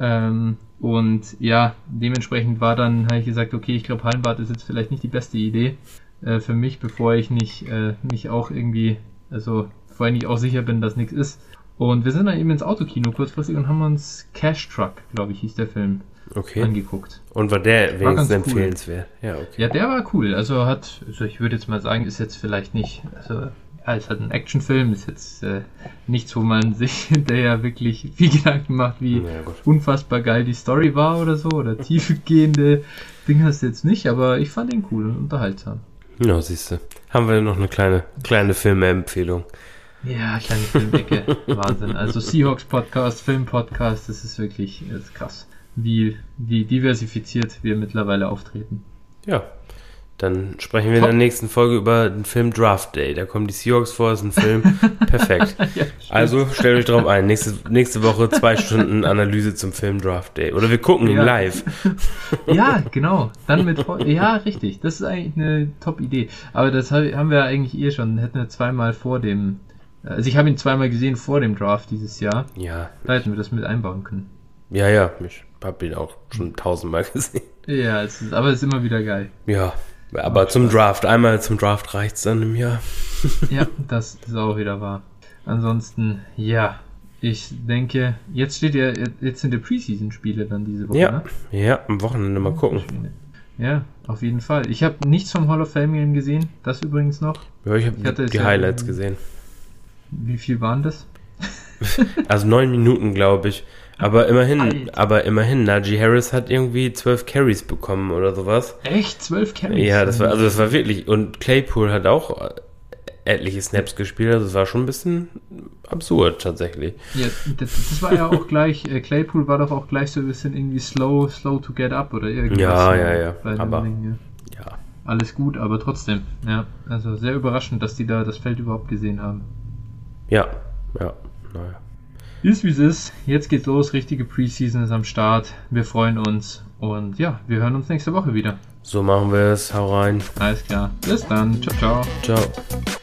Und ja, dementsprechend habe ich gesagt, okay, ich glaube, Hallenbad ist jetzt vielleicht nicht die beste Idee für mich, bevor ich nicht mich auch irgendwie, also vorher nicht auch sicher bin, dass nichts ist. Und wir sind dann eben ins Autokino kurzfristig und haben uns Cash Truck, glaube ich, hieß der Film, angeguckt. Und war der wenigstens empfehlenswert? Cool. Ja, okay. Ja, der war cool. Also ich würde jetzt mal sagen, ist jetzt vielleicht nicht, ist halt ein Actionfilm, ist jetzt nichts, wo man sich hinterher wirklich viel Gedanken macht, wie unfassbar geil die Story war oder so, oder tiefgehende Dinge hast du jetzt nicht, aber ich fand ihn cool und unterhaltsam. Ja, siehst du. Haben wir noch eine kleine Filmempfehlung. Ja, kleine Filmecke. Wahnsinn. Also Seahawks Podcast, Film-Podcast, das ist wirklich krass, wie diversifiziert wir mittlerweile auftreten. Ja. Dann sprechen wir in der nächsten Folge über den Film Draft Day. Da kommen die Seahawks vor, ist ein Film. Perfekt. Ja, also stellt euch drauf ein. Nächste Woche 2 Stunden Analyse zum Film Draft Day. Oder wir gucken ihn live. Ja, genau. Dann richtig. Das ist eigentlich eine Top-Idee. Aber das haben wir eigentlich schon. Hätten wir zweimal vor dem... Also ich habe ihn zweimal gesehen vor dem Draft dieses Jahr. Ja. Da hätten wir das mit einbauen können. Ja. Ich habe ihn auch schon 1000-mal gesehen. Ja, aber es ist immer wieder geil. Ja. Aber einmal zum Draft reicht's dann im Jahr. Ja, das ist auch wieder wahr. Ansonsten, ja, ich denke, jetzt sind die Preseason-Spiele dann diese Woche, ne? Ja, am Wochenende mal gucken. Ja, auf jeden Fall. Ich habe nichts vom Hall of Fame Game gesehen, das übrigens noch. Ja, ich habe die Highlights gesehen. Wie viel waren das? Also 9 Minuten, glaube ich. Aber immerhin, Najee Harris hat irgendwie 12 Carries bekommen oder sowas. Echt? 12 Carries? Ja, das war wirklich, und Claypool hat auch etliche Snaps gespielt, also das war schon ein bisschen absurd tatsächlich. Ja, das war ja auch gleich, Claypool war doch auch gleich so ein bisschen irgendwie slow to get up oder irgendwas. Ja, aber ja. Alles gut, aber trotzdem, ja, also sehr überraschend, dass die da das Feld überhaupt gesehen haben. Ja, naja. Ist wie es ist. Jetzt geht's los. Richtige Preseason ist am Start. Wir freuen uns. Und ja, wir hören uns nächste Woche wieder. So machen wir es. Hau rein. Alles klar. Bis dann. Ciao. Ciao.